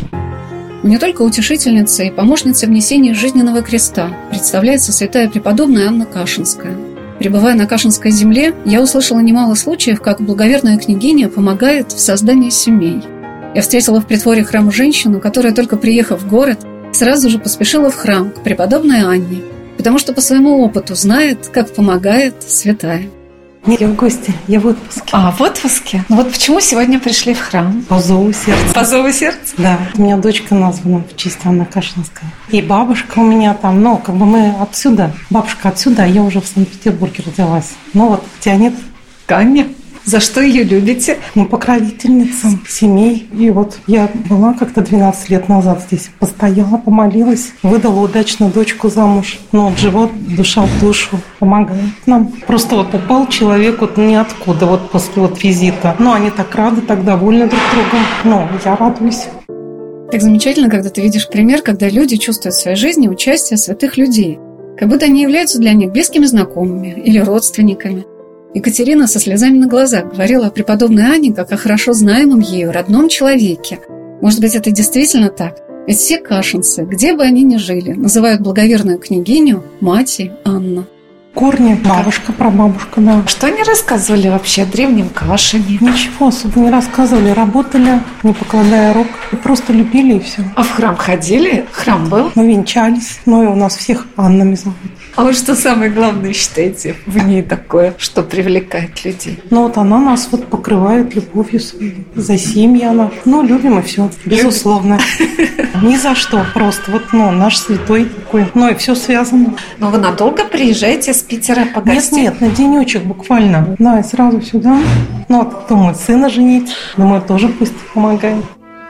Не только утешительница и помощница в несении жизненного креста представляется святая преподобная Анна Кашинская. Пребывая на Кашинской земле, я услышала немало случаев, как благоверная княгиня помогает в создании семей. Я встретила в притворе храма женщину, которая, только приехав в город, сразу же поспешила в храм к преподобной Анне, потому что по своему опыту знает, как помогает святая. Нет, я в гости, я в отпуске. А, в отпуске? Ну вот почему сегодня пришли в храм? По зову сердца. По зову сердца? Да. У меня дочка названа в честь Анны Кашинской. И бабушка у меня там, ну, как бы мы отсюда. Бабушка отсюда, а я уже в Санкт-Петербурге родилась. Ну вот, тянет. Таня. За что ее любите? Ну, покровительница семей. И вот я была как-то двенадцать лет назад здесь. Постояла, помолилась, выдала удачно дочку замуж. Но вот живот, душа в душу помогает нам. Просто вот упал человек вот ниоткуда, вот после вот визита. Ну, они так рады, так довольны друг другом. Ну, я радуюсь. Так замечательно, когда ты видишь пример, когда люди чувствуют в своей жизни участие святых людей. Как будто они являются для них близкими знакомыми или родственниками. Екатерина со слезами на глазах говорила о преподобной Анне как о хорошо знаемом ею родном человеке. Может быть, это действительно так? Ведь все кашинцы, где бы они ни жили, называют благоверную княгиню матью Анна. Корни, бабушка, прабабушка, да. Что они рассказывали вообще о древнем Кашине? Ничего особо не рассказывали, работали, не покладая рук, просто любили и все. А в храм ходили? Храм был? Мы венчались, ну и у нас всех Аннами зовут. А вы что самое главное считаете в ней такое, что привлекает людей? Ну вот она нас вот покрывает любовью своей, за семьи она. Ну, любим и все, безусловно. Ни за что, просто вот, ну, наш святой такой. Ну и все связано. Но вы надолго приезжаете с Питера погостить? Нет, нет, на денечек буквально. Да, и сразу сюда. Ну вот, думаю, сына женить. Думаю, тоже пусть помогает.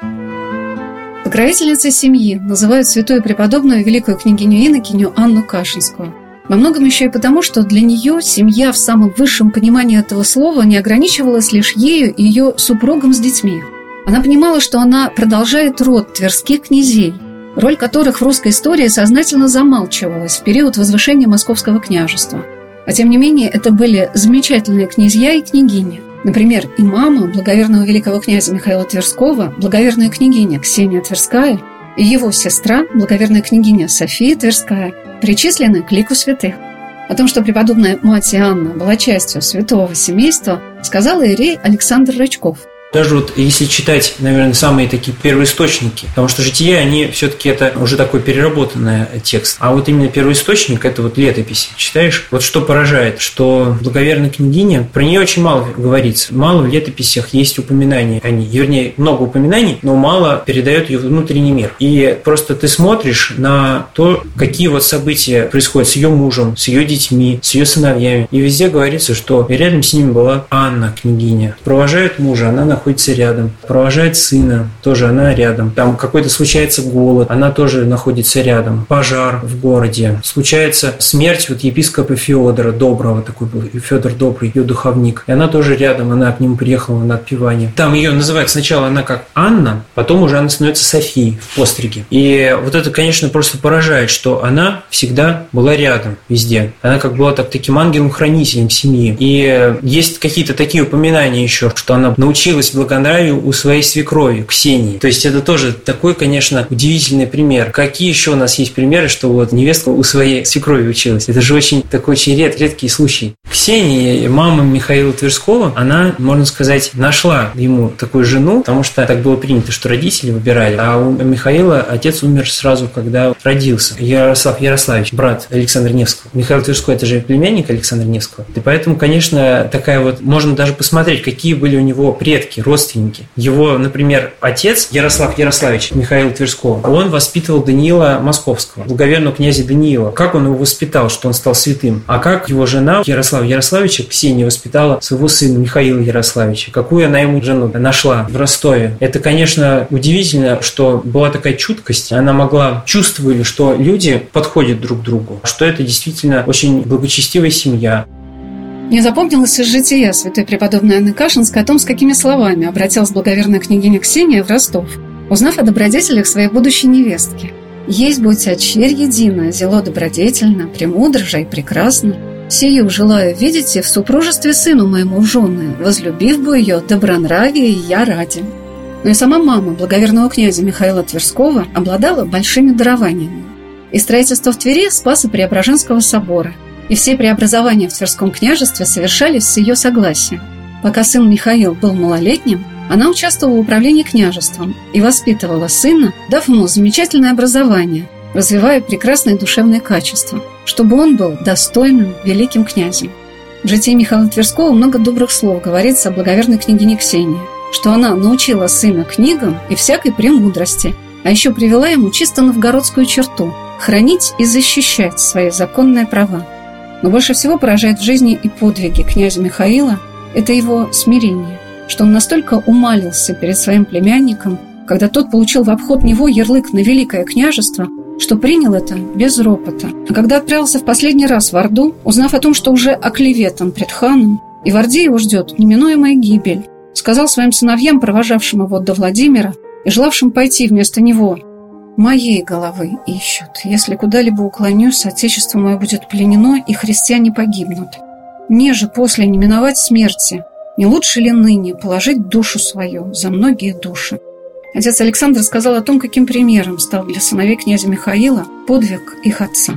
Покровительницей семьи называют святую преподобную великую княгиню инокиню Анну Кашинскую. Во многом еще и потому, что для нее семья в самом высшем понимании этого слова не ограничивалась лишь ею и ее супругом с детьми. Она понимала, что она продолжает род тверских князей, роль которых в русской истории сознательно замалчивалась в период возвышения Московского княжества. А тем не менее, это были замечательные князья и княгини. Например, и мама благоверного великого князя Михаила Тверского, благоверная княгиня Ксения Тверская, и его сестра, благоверная княгиня София Тверская, причислены к лику святых. О том, что преподобная мать Иоанна была частью святого семейства, сказал иерей Александр Рычков. Даже вот если читать, наверное, самые такие первоисточники, потому что жития, они все-таки это уже такой переработанный текст. А вот именно первоисточник – это вот летописи. Читаешь, вот что поражает, что благоверная княгиня, про нее очень мало говорится. Мало в летописях есть упоминаний о ней. Вернее, много упоминаний, но мало передает ее внутренний мир. И просто ты смотришь на то, какие вот события происходят с ее мужем, с ее детьми, с ее сыновьями. И везде говорится, что рядом с ними была Анна, княгиня. Провожает мужа, она находится находится рядом. Провожает сына, тоже она рядом. Там какой-то случается голод, она тоже находится рядом. Пожар в городе. Случается смерть вот епископа Феодора Доброго, такой был Федор Добрый, ее духовник. И она тоже рядом, она к нему приехала на отпевание. Там ее называют сначала она как Анна, потом уже она становится Софией в постриге. И вот это, конечно, просто поражает, что она всегда была рядом везде. Она как была так, таким ангелом-хранителем семьи. И есть какие-то такие упоминания еще, что она научилась благонравию у своей свекрови Ксении. То есть это тоже такой, конечно, удивительный пример. Какие еще у нас есть примеры, что вот невестка у своей свекрови училась? Это же очень такой очень ред, редкий случай. Ксения, мама Михаила Тверского, она, можно сказать, нашла ему такую жену, потому что так было принято, что родители выбирали. А у Михаила отец умер сразу, когда родился. Ярослав Ярославич, брат Александра Невского. Михаил Тверской – это же племянник Александра Невского. И поэтому, конечно, такая вот, можно даже посмотреть, какие были у него предки, родственники. Его, например, отец Ярослав Ярославич Михаила Тверского, он воспитывал Даниила Московского, благоверного князя Даниила. Как он его воспитал, что он стал святым? А как его жена Ярослава Ярославича Ксения воспитала своего сына Михаила Ярославича? Какую она ему жену нашла в Ростове? Это, конечно, удивительно, что была такая чуткость. Она могла чувствовали, что люди подходят друг к другу, что это действительно очень благочестивая семья. Мне запомнилось из жития святой преподобной Анны Кашинской о том, с какими словами обратилась благоверная княгиня Ксения в Ростов, узнав о добродетелях своей будущей невестки. «Есть будь отчерь единая, зело добродетельно, премудро же и прекрасно. Сию желаю видеть и в супружестве сыну моему в жены, возлюбив бы ее добронравие и я ради». Но и сама мама благоверного князя Михаила Тверского обладала большими дарованиями. И строительство в Твери Спасо-Преображенского собора, и все преобразования в Тверском княжестве совершались с ее согласия. Пока сын Михаил был малолетним, она участвовала в управлении княжеством и воспитывала сына, дав ему замечательное образование, развивая прекрасные душевные качества, чтобы он был достойным великим князем. В житии Михаила Тверского много добрых слов говорится о благоверной княгине Ксении, что она научила сына книгам и всякой премудрости, а еще привела ему чисто новгородскую черту – хранить и защищать свои законные права. Но больше всего поражает в жизни и подвиги князя Михаила – это его смирение, что он настолько умалился перед своим племянником, когда тот получил в обход него ярлык на великое княжество, что принял это без ропота. А когда отправился в последний раз в Орду, узнав о том, что уже оклеветан пред ханом, и в Орде его ждет неминуемая гибель, сказал своим сыновьям, провожавшим его до Владимира и желавшим пойти вместо него: «Моей головы ищут. Если куда-либо уклонюсь, отечество мое будет пленено, и христиане погибнут. Мне же после не миновать смерти. Не лучше ли ныне положить душу свою за многие души?» Отец Александр сказал о том, каким примером стал для сыновей князя Михаила подвиг их отца.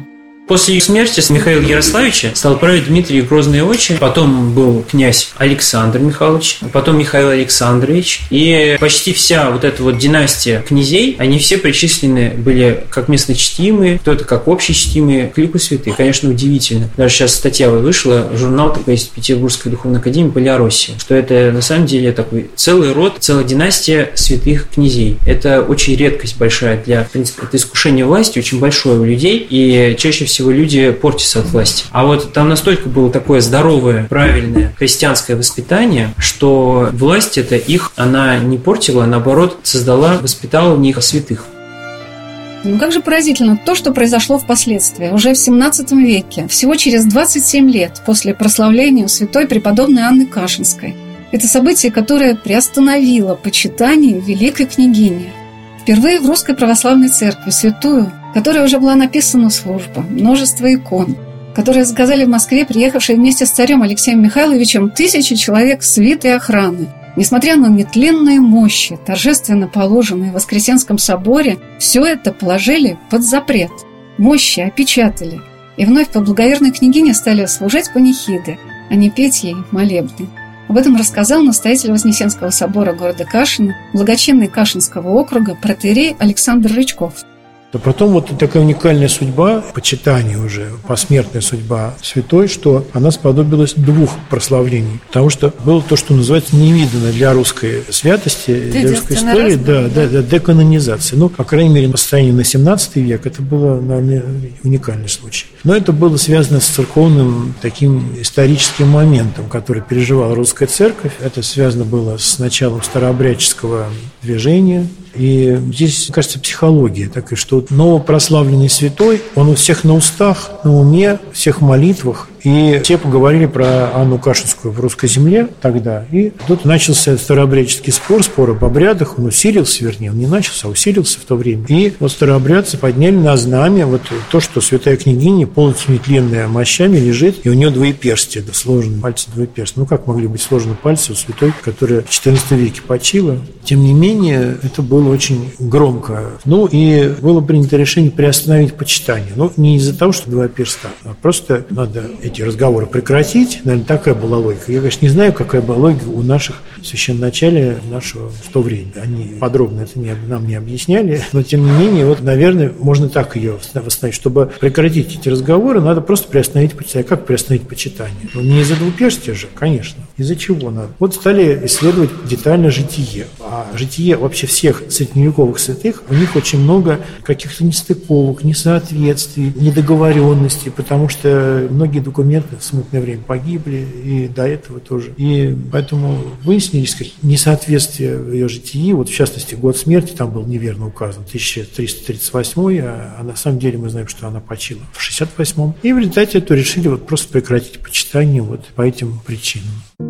После смерти Михаила Ярославича стал править Дмитрий Грозный Отче, потом был князь Александр Михайлович, потом Михаил Александрович. И почти вся вот эта вот династия князей, они все причислены были как местночтимые, кто-то как общечтимые к лику святых. Конечно, удивительно. Даже сейчас статья вышла, журнал такой есть Петербургской духовной академии Полиороссия, что это на самом деле такой целый род, целая династия святых князей. Это очень редкость большая для, в принципе, это искушение власти очень большое у людей, и чаще всего всего люди портятся от власти. А вот там настолько было такое здоровое, правильное христианское воспитание, что власть это их, она не портила, а наоборот создала, воспитала в них святых. Ну как же поразительно то, что произошло впоследствии, уже в семнадцатом веке, всего через двадцать семь лет после прославления святой преподобной Анны Кашинской. Это событие, которое приостановило почитание великой княгини. Впервые в Русской Православной Церкви святую, которой уже была написана служба, множество икон, которые заказали в Москве приехавшие вместе с царем Алексеем Михайловичем тысячи человек свиты и охраны. Несмотря на нетленные мощи, торжественно положенные в Воскресенском соборе, все это положили под запрет. Мощи опечатали. И вновь по благоверной княгине стали служить панихиды, а не петь ей молебны. Об этом рассказал настоятель Вознесенского собора города Кашина, благочинный Кашинского округа, протоиерей Александр Рычков. А потом вот такая уникальная судьба, почитание уже, посмертная судьба святой, что она сподобилась двух прославлений. Потому что было то, что называется невиданно для русской святости, для русской истории, да, да, да, деканонизация. Ну, по крайней мере, по состоянию на семнадцатый век это было, наверное, уникальный случай. Но это было связано с церковным таким историческим моментом, который переживала русская церковь. Это связано было с началом старообрядческого движения. И здесь, кажется, психология такая, что вот новопрославленный святой, он у всех на устах, на уме, всех в молитвах. И все поговорили про Анну Кашинскую в русской земле тогда. И тут начался старообрядческий спор, спор об обрядах. Он усилился, вернее, он не начался, а усилился в то время. И вот старообрядцы подняли на знамя вот то, что святая княгиня, полностью нетленная мощами, лежит, и у нее двоеперстие, да, сложены пальцы двоеперстия. Ну, как могли быть сложены пальцы у святой, которая в четырнадцатом веке почила? Тем не менее, это было очень громко. Ну, и было принято решение приостановить почитание. Ну, не из-за того, что два перста, а просто надо эти разговоры прекратить. Наверное, такая была логика. Я, конечно, не знаю, какая была логика у наших священноначалия нашего в то время. Они подробно это не, нам не объясняли. Но, тем не менее, вот, наверное, можно так ее восстановить. Чтобы прекратить эти разговоры, надо просто приостановить почитание. Как приостановить почитание? Ну, не из-за двуперстия же, конечно. Из-за чего надо? Вот стали исследовать детально житие. А житие вообще всех средневековых святых, у них очень много каких-то нестыковок, несоответствий, недоговоренностей, потому что многие документы в смутное время погибли, и до этого тоже. И поэтому выяснились какие-то несоответствия в ее житии. Вот в частности, год смерти там был неверно указан, тысяча триста тридцать восьмой, а, а на самом деле мы знаем, что она почила в шестьдесят восьмом. И в результате это решили вот просто прекратить почитание вот по этим причинам.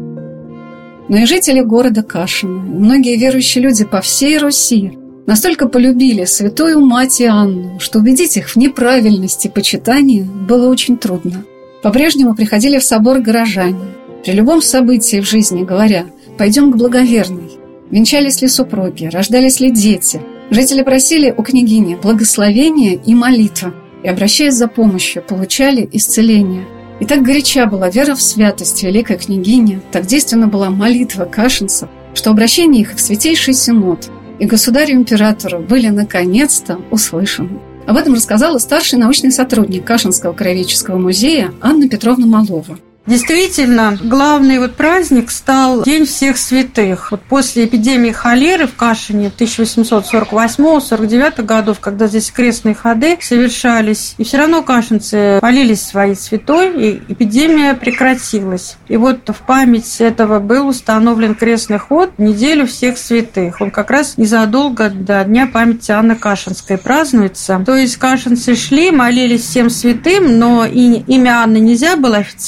Но и жители города Кашина, многие верующие люди по всей Руси настолько полюбили святую мать Анну, что убедить их в неправильности почитания было очень трудно. По-прежнему приходили в собор горожане, при любом событии в жизни говоря: «Пойдем к благоверной». Венчались ли супруги, рождались ли дети, жители просили у княгини благословения и молитвы, и, обращаясь за помощью, получали исцеление. И так горяча была вера в святость великой княгини, так действенна была молитва кашинцев, что обращение их в Святейший Синод и государю-императору были наконец-то услышаны. Об этом рассказала старший научный сотрудник Кашинского краеведческого музея Анна Петровна Малова. Действительно, главный вот праздник стал День всех святых. Вот после эпидемии холеры в Кашине в тысяча восемьсот сорок восьмом — сорок девятом годов, когда здесь крестные ходы совершались, и все равно кашинцы молились своей святой, и эпидемия прекратилась. И вот в память этого был установлен крестный ход в неделю всех святых. Он как раз незадолго до Дня памяти Анны Кашинской празднуется. То есть кашинцы шли, молились всем святым, но и имя Анны нельзя было официально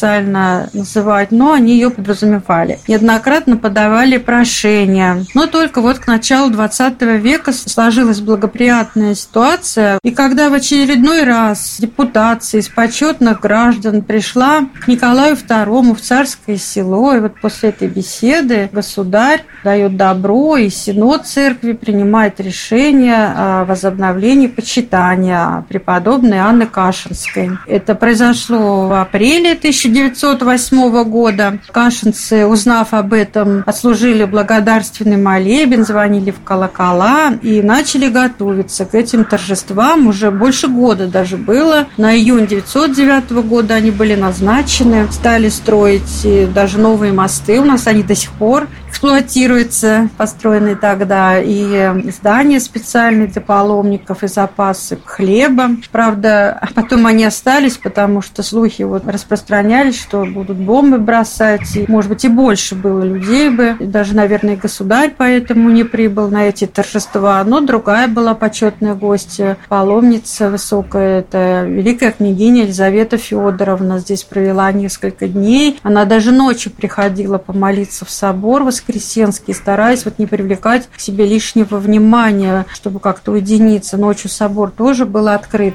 можно называть, но они ее подразумевали. Неоднократно подавали прошения. Но только вот к началу двадцатого века сложилась благоприятная ситуация. И когда в очередной раз депутация из почетных граждан пришла к Николаю второму в Царское Село, и вот после этой беседы государь дает добро, и синод церкви принимает решение о возобновлении почитания преподобной Анны Кашинской. Это произошло в апреле тысяча девятьсот восьмого года. Кашинцы, узнав об этом, отслужили благодарственный молебен, звонили в колокола и начали готовиться к этим торжествам. Уже больше года даже было. На июнь девятьсот девятого года они были назначены, стали строить даже новые мосты. У нас они до сих пор эксплуатируются, построенные тогда, и здания специальные для паломников, и запасы хлеба. Правда, потом они остались, потому что слухи вот распространялись, что будут бомбы бросать, и, может быть, и больше было людей бы. И даже, наверное, государь поэтому не прибыл на эти торжества. Но другая была почетная гостья, паломница высокая, это великая княгиня Елизавета Федоровна. Здесь провела несколько дней. Она даже ночью приходила помолиться в собор воскресенский, стараясь вот не привлекать к себе лишнего внимания, чтобы как-то уединиться. Ночью собор тоже был открыт.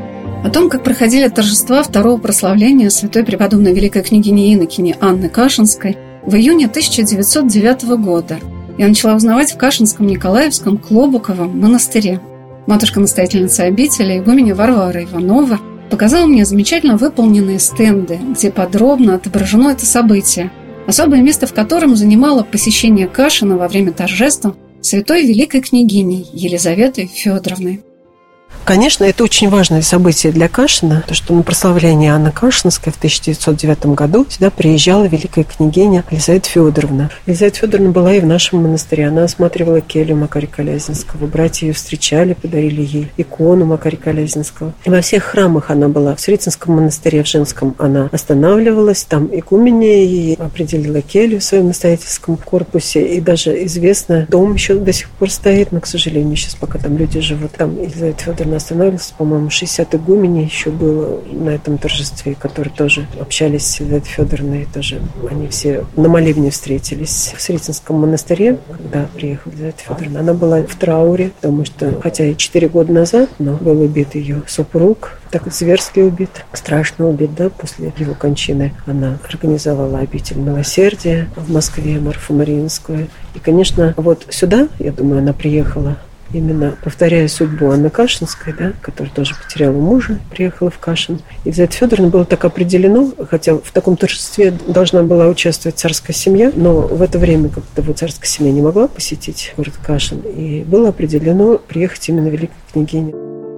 О том, как проходили торжества второго прославления святой преподобной великой княгини Инокини Анны Кашинской в июне тысяча девятьсот девятого года, я начала узнавать в Кашинском Николаевском Клобуковом монастыре. Матушка-настоятельница обители, игуменя Варвара Иванова, показала мне замечательно выполненные стенды, где подробно отображено это событие, особое место в котором занимало посещение Кашина во время торжества святой великой княгини Елизаветы Федоровны. Конечно, это очень важное событие для Кашина, то, что на прославление Анны Кашинской в тысяча девятьсот девятом году сюда приезжала великая княгиня Елизавета Федоровна. Елизавета Федоровна была и в нашем монастыре. Она осматривала келью Макария Колязинского. Братья ее встречали, подарили ей икону Макария Колязинского. И во всех храмах она была. В Сретенском монастыре, в Женском она останавливалась. Там игуменя ей определила келью в своем настоятельском корпусе. И даже известно, дом еще до сих пор стоит, но, к сожалению, сейчас пока там люди живут. Там Елизавета Федоровна остановилась, по-моему, шестьдесят игуменей еще было на этом торжестве, которые тоже общались с Елизаветой Федоровной, тоже они все на молебне встретились в Сретенском монастыре, когда приехала Елизавета Федоровна. Она была в трауре, потому что, хотя и четыре года назад, но был убит ее супруг, так зверски убит, страшно убит, да, после его кончины. Она организовала обитель милосердия в Москве, Марфо-Мариинскую. И, конечно, вот сюда, я думаю, она приехала именно повторяя судьбу Анны Кашинской, да, которая тоже потеряла мужа, приехала в Кашин. И Елизавета Федоровна было так определено, хотя в таком торжестве должна была участвовать царская семья, но в это время как-то вот царская семья не могла посетить город Кашин, и было определено приехать именно великой княгине.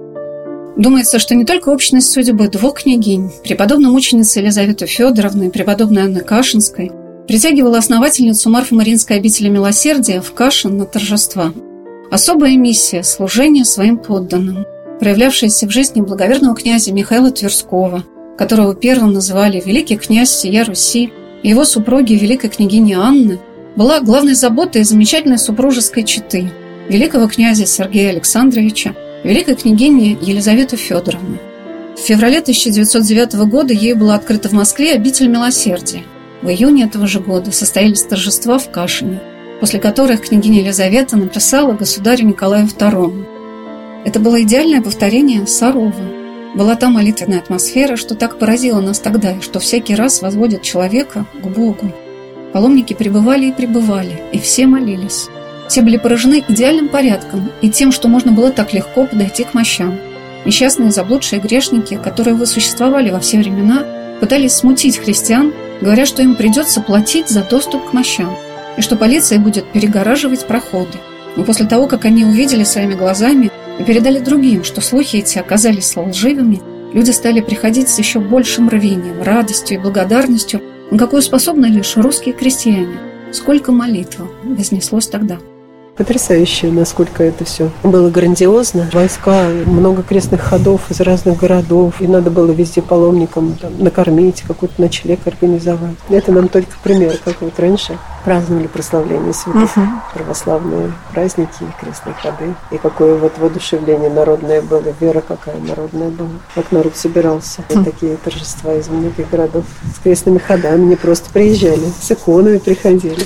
Думается, что не только общность судьбы двух княгинь, преподобной мученицы Елизаветы Федоровны и преподобной Анны Кашинской, притягивала основательницу Марфо-Мариинской обители милосердия в Кашин на торжества. Особая миссия – служение своим подданным, проявлявшаяся в жизни благоверного князя Михаила Тверского, которого первым называли великий князь сия Руси, и его супруги великой княгини Анны, была главной заботой замечательной супружеской четы великого князя Сергея Александровича и великой княгини Елизаветы Федоровны. В феврале тысяча девятьсот девятого года ею была открыта в Москве обитель милосердия. В июне этого же года состоялись торжества в Кашине, после которых княгиня Елизавета написала государю Николаю второму. Это было идеальное повторение Сарова. Была та молитвенная атмосфера, что так поразило нас тогда, и что всякий раз возводит человека к Богу. Паломники пребывали и пребывали, и все молились. Все были поражены идеальным порядком и тем, что можно было так легко подойти к мощам. Несчастные заблудшие грешники, которые существовали во все времена, пытались смутить христиан, говоря, что им придется платить за доступ к мощам, и что полиция будет перегораживать проходы. Но после того, как они увидели своими глазами и передали другим, что слухи эти оказались лживыми, люди стали приходить с еще большим рвением, радостью и благодарностью, на какую способны лишь русские крестьяне. Сколько молитв вознеслось тогда. Потрясающе, насколько это все было грандиозно. Войска, много крестных ходов из разных городов. И надо было везде паломникам там, накормить, какой-то ночлег организовать. Это нам только пример, как вот раньше праздновали прославление святых, uh-huh. православные праздники, крестные ходы. И какое вот воодушевление народное было, вера какая народная была. Как народ собирался. Uh-huh. Такие торжества из многих городов с крестными ходами не просто приезжали, с иконами приходили.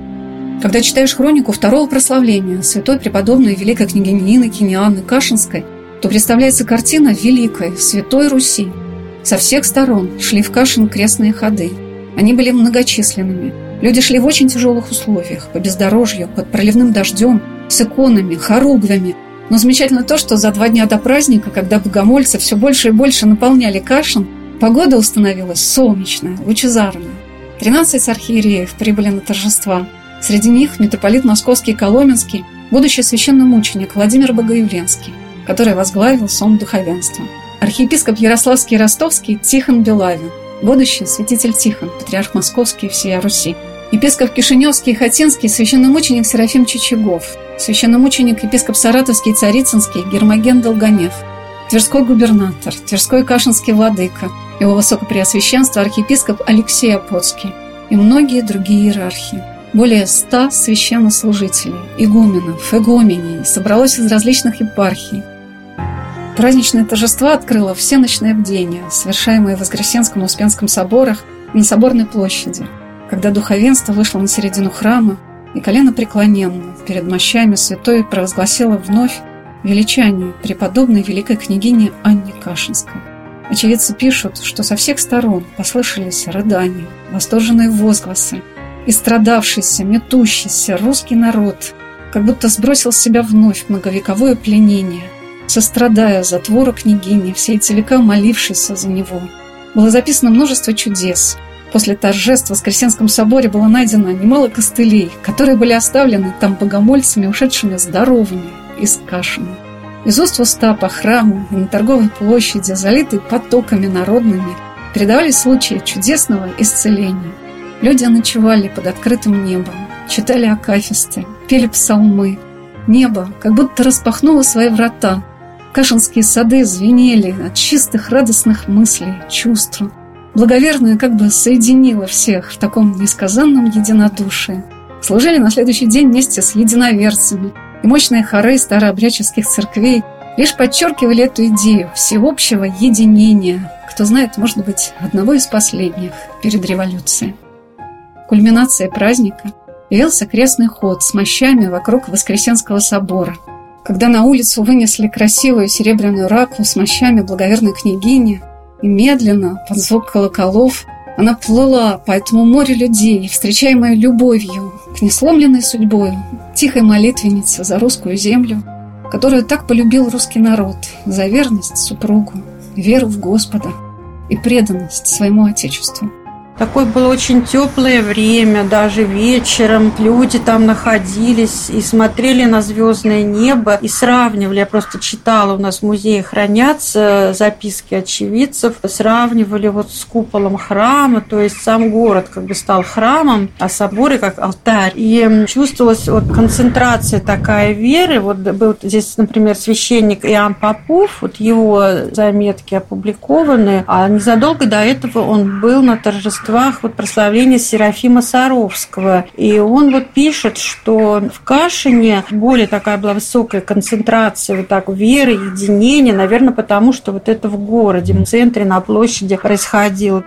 Когда читаешь хронику второго прославления святой преподобной великой княгини Иннокени Анны Кашинской, то представляется картина великой, святой Руси. Со всех сторон шли в Кашин крестные ходы. Они были многочисленными. Люди шли в очень тяжелых условиях, по бездорожью, под проливным дождем, с иконами, хоругвями. Но замечательно то, что за два дня до праздника, когда богомольцы все больше и больше наполняли Кашин, погода установилась солнечная, лучезарная. Тринадцать архиереев прибыли на торжества. Среди них митрополит Московский и Коломенский, будущий священномученик Владимир Богоявленский, который возглавил сон духовенства. Архиепископ Ярославский и Ростовский Тихон Белавин, будущий святитель Тихон, патриарх Московский и всея Руси. Епископ Кишиневский и Хотинский священномученик Серафим Чичагов, священномученик епископ Саратовский и Царицынский Гермоген Долгонев, Тверской губернатор, Тверской Кашинский владыка, его высокопреосвященство архиепископ Алексей Апоцкий и многие другие иерархи. Более ста священнослужителей, игуменов, игуменей собралось из различных епархий. Праздничное торжество открыло всеночное бдение, совершаемое в Воскресенском и Успенском соборах и на Соборной площади, когда духовенство вышло на середину храма и коленопреклоненно перед мощами святой провозгласило вновь величание преподобной великой княгини Анне Кашинской. Очевидцы пишут, что со всех сторон послышались рыдания, восторженные возгласы, и страдавшийся, метущийся русский народ как будто сбросил с себя вновь многовековое пленение, сострадая затвору княгини, все эти века молившейся за него. Было записано множество чудес. После торжеств в Воскресенском соборе было найдено немало костылей, которые были оставлены там богомольцами, ушедшими здоровыми из Кашина. Из уст в уста по храму и на торговой площади, залитой потоками народными, передавались случаи чудесного исцеления. Люди ночевали под открытым небом, читали акафисты, пели псалмы. Небо как будто распахнуло свои врата. Кашинские сады звенели от чистых радостных мыслей, чувств. Благоверная как бы соединила всех в таком несказанном единодушии. Служили на следующий день вместе с единоверцами, и мощные хоры старообрядческих церквей лишь подчеркивали эту идею всеобщего единения, кто знает, может быть, одного из последних перед революцией. Кульминацией праздника явился крестный ход с мощами вокруг Воскресенского собора, когда на улицу вынесли красивую серебряную раку с мощами благоверной княгини, и медленно, под звук колоколов, она плыла по этому морю людей, встречаемой любовью к несломленной судьбой, тихой молитвеннице за русскую землю, которую так полюбил русский народ за верность супругу, веру в Господа и преданность своему Отечеству. Такое было очень теплое время, даже вечером люди там находились и смотрели на звездное небо и сравнивали. Я просто читала, у нас в музее хранятся записки очевидцев, сравнивали вот с куполом храма, то есть сам город как бы стал храмом, а соборы как алтарь. И чувствовалась вот концентрация такая веры. Вот был здесь, например, священник Иоанн Попов, вот его заметки опубликованы, а незадолго до этого он был на торжестве вот прославление Серафима Саровского. И он вот пишет, что в Кашине более такая была высокая концентрация вот так веры, единения, наверное, потому что вот это в городе, в центре, на площади происходило.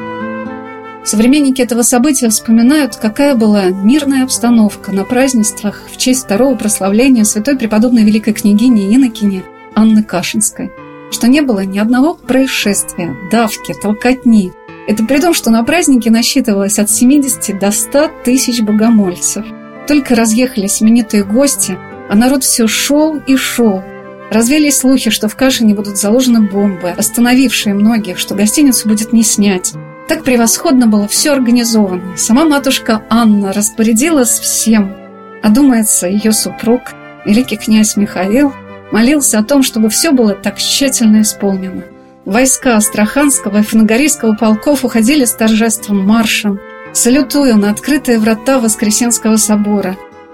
Современники этого события вспоминают, какая была мирная обстановка на празднествах в честь второго прославления святой преподобной великой княгини Иннокени Анны Кашинской, что не было ни одного происшествия, давки, толкотни. Это при том, что на празднике насчитывалось от семидесяти до ста тысяч богомольцев. Только разъехались именитые гости, а народ все шел и шел. Развелись слухи, что в Кашине будут заложены бомбы, остановившие многих, что гостиницу будет не снять. Так превосходно было все организовано. Сама матушка Анна распорядилась всем. А думается, ее супруг, великий князь Михаил, молился о том, чтобы все было так тщательно исполнено. Войска Астраханского и Фанагорийского полков уходили с торжественным маршем, салютуя на открытые врата Воскресенского собора.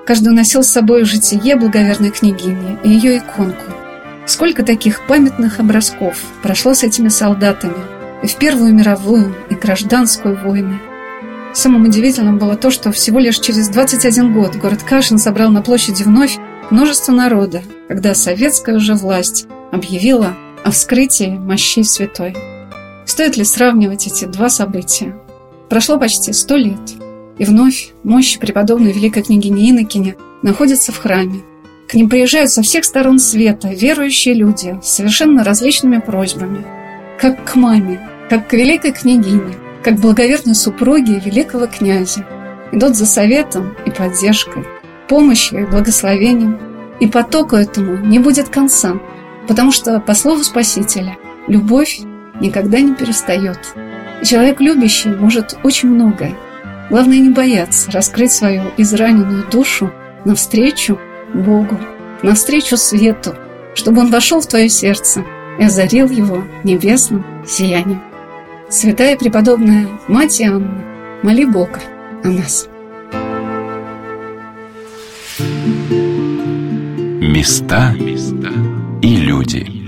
Каждый уносил с собой житие благоверной княгини и ее иконку. Сколько таких памятных образков прошло с этими солдатами и в Первую мировую, и гражданскую войны. Самым удивительным было то, что всего лишь через двадцать один год город Кашин собрал на площади вновь множество народа, когда советская уже власть объявила о вскрытии мощей святой. Стоит ли сравнивать эти два события? Прошло почти сто лет, и вновь мощи преподобной великой княгини Иннокене находятся в храме. К ним приезжают со всех сторон света верующие люди с совершенно различными просьбами, как к маме, как к великой княгине, как к благоверной супруге великого князя. Идут за советом и поддержкой, помощью и благословением. И потоку этому не будет конца, потому что, по слову Спасителя, любовь никогда не перестает. И человек любящий может очень многое. Главное не бояться раскрыть свою израненную душу навстречу Богу, навстречу свету, чтобы он вошел в твое сердце и озарил его небесным сиянием. Святая преподобная Мать Иоанна, моли Бога о нас. Места и люди.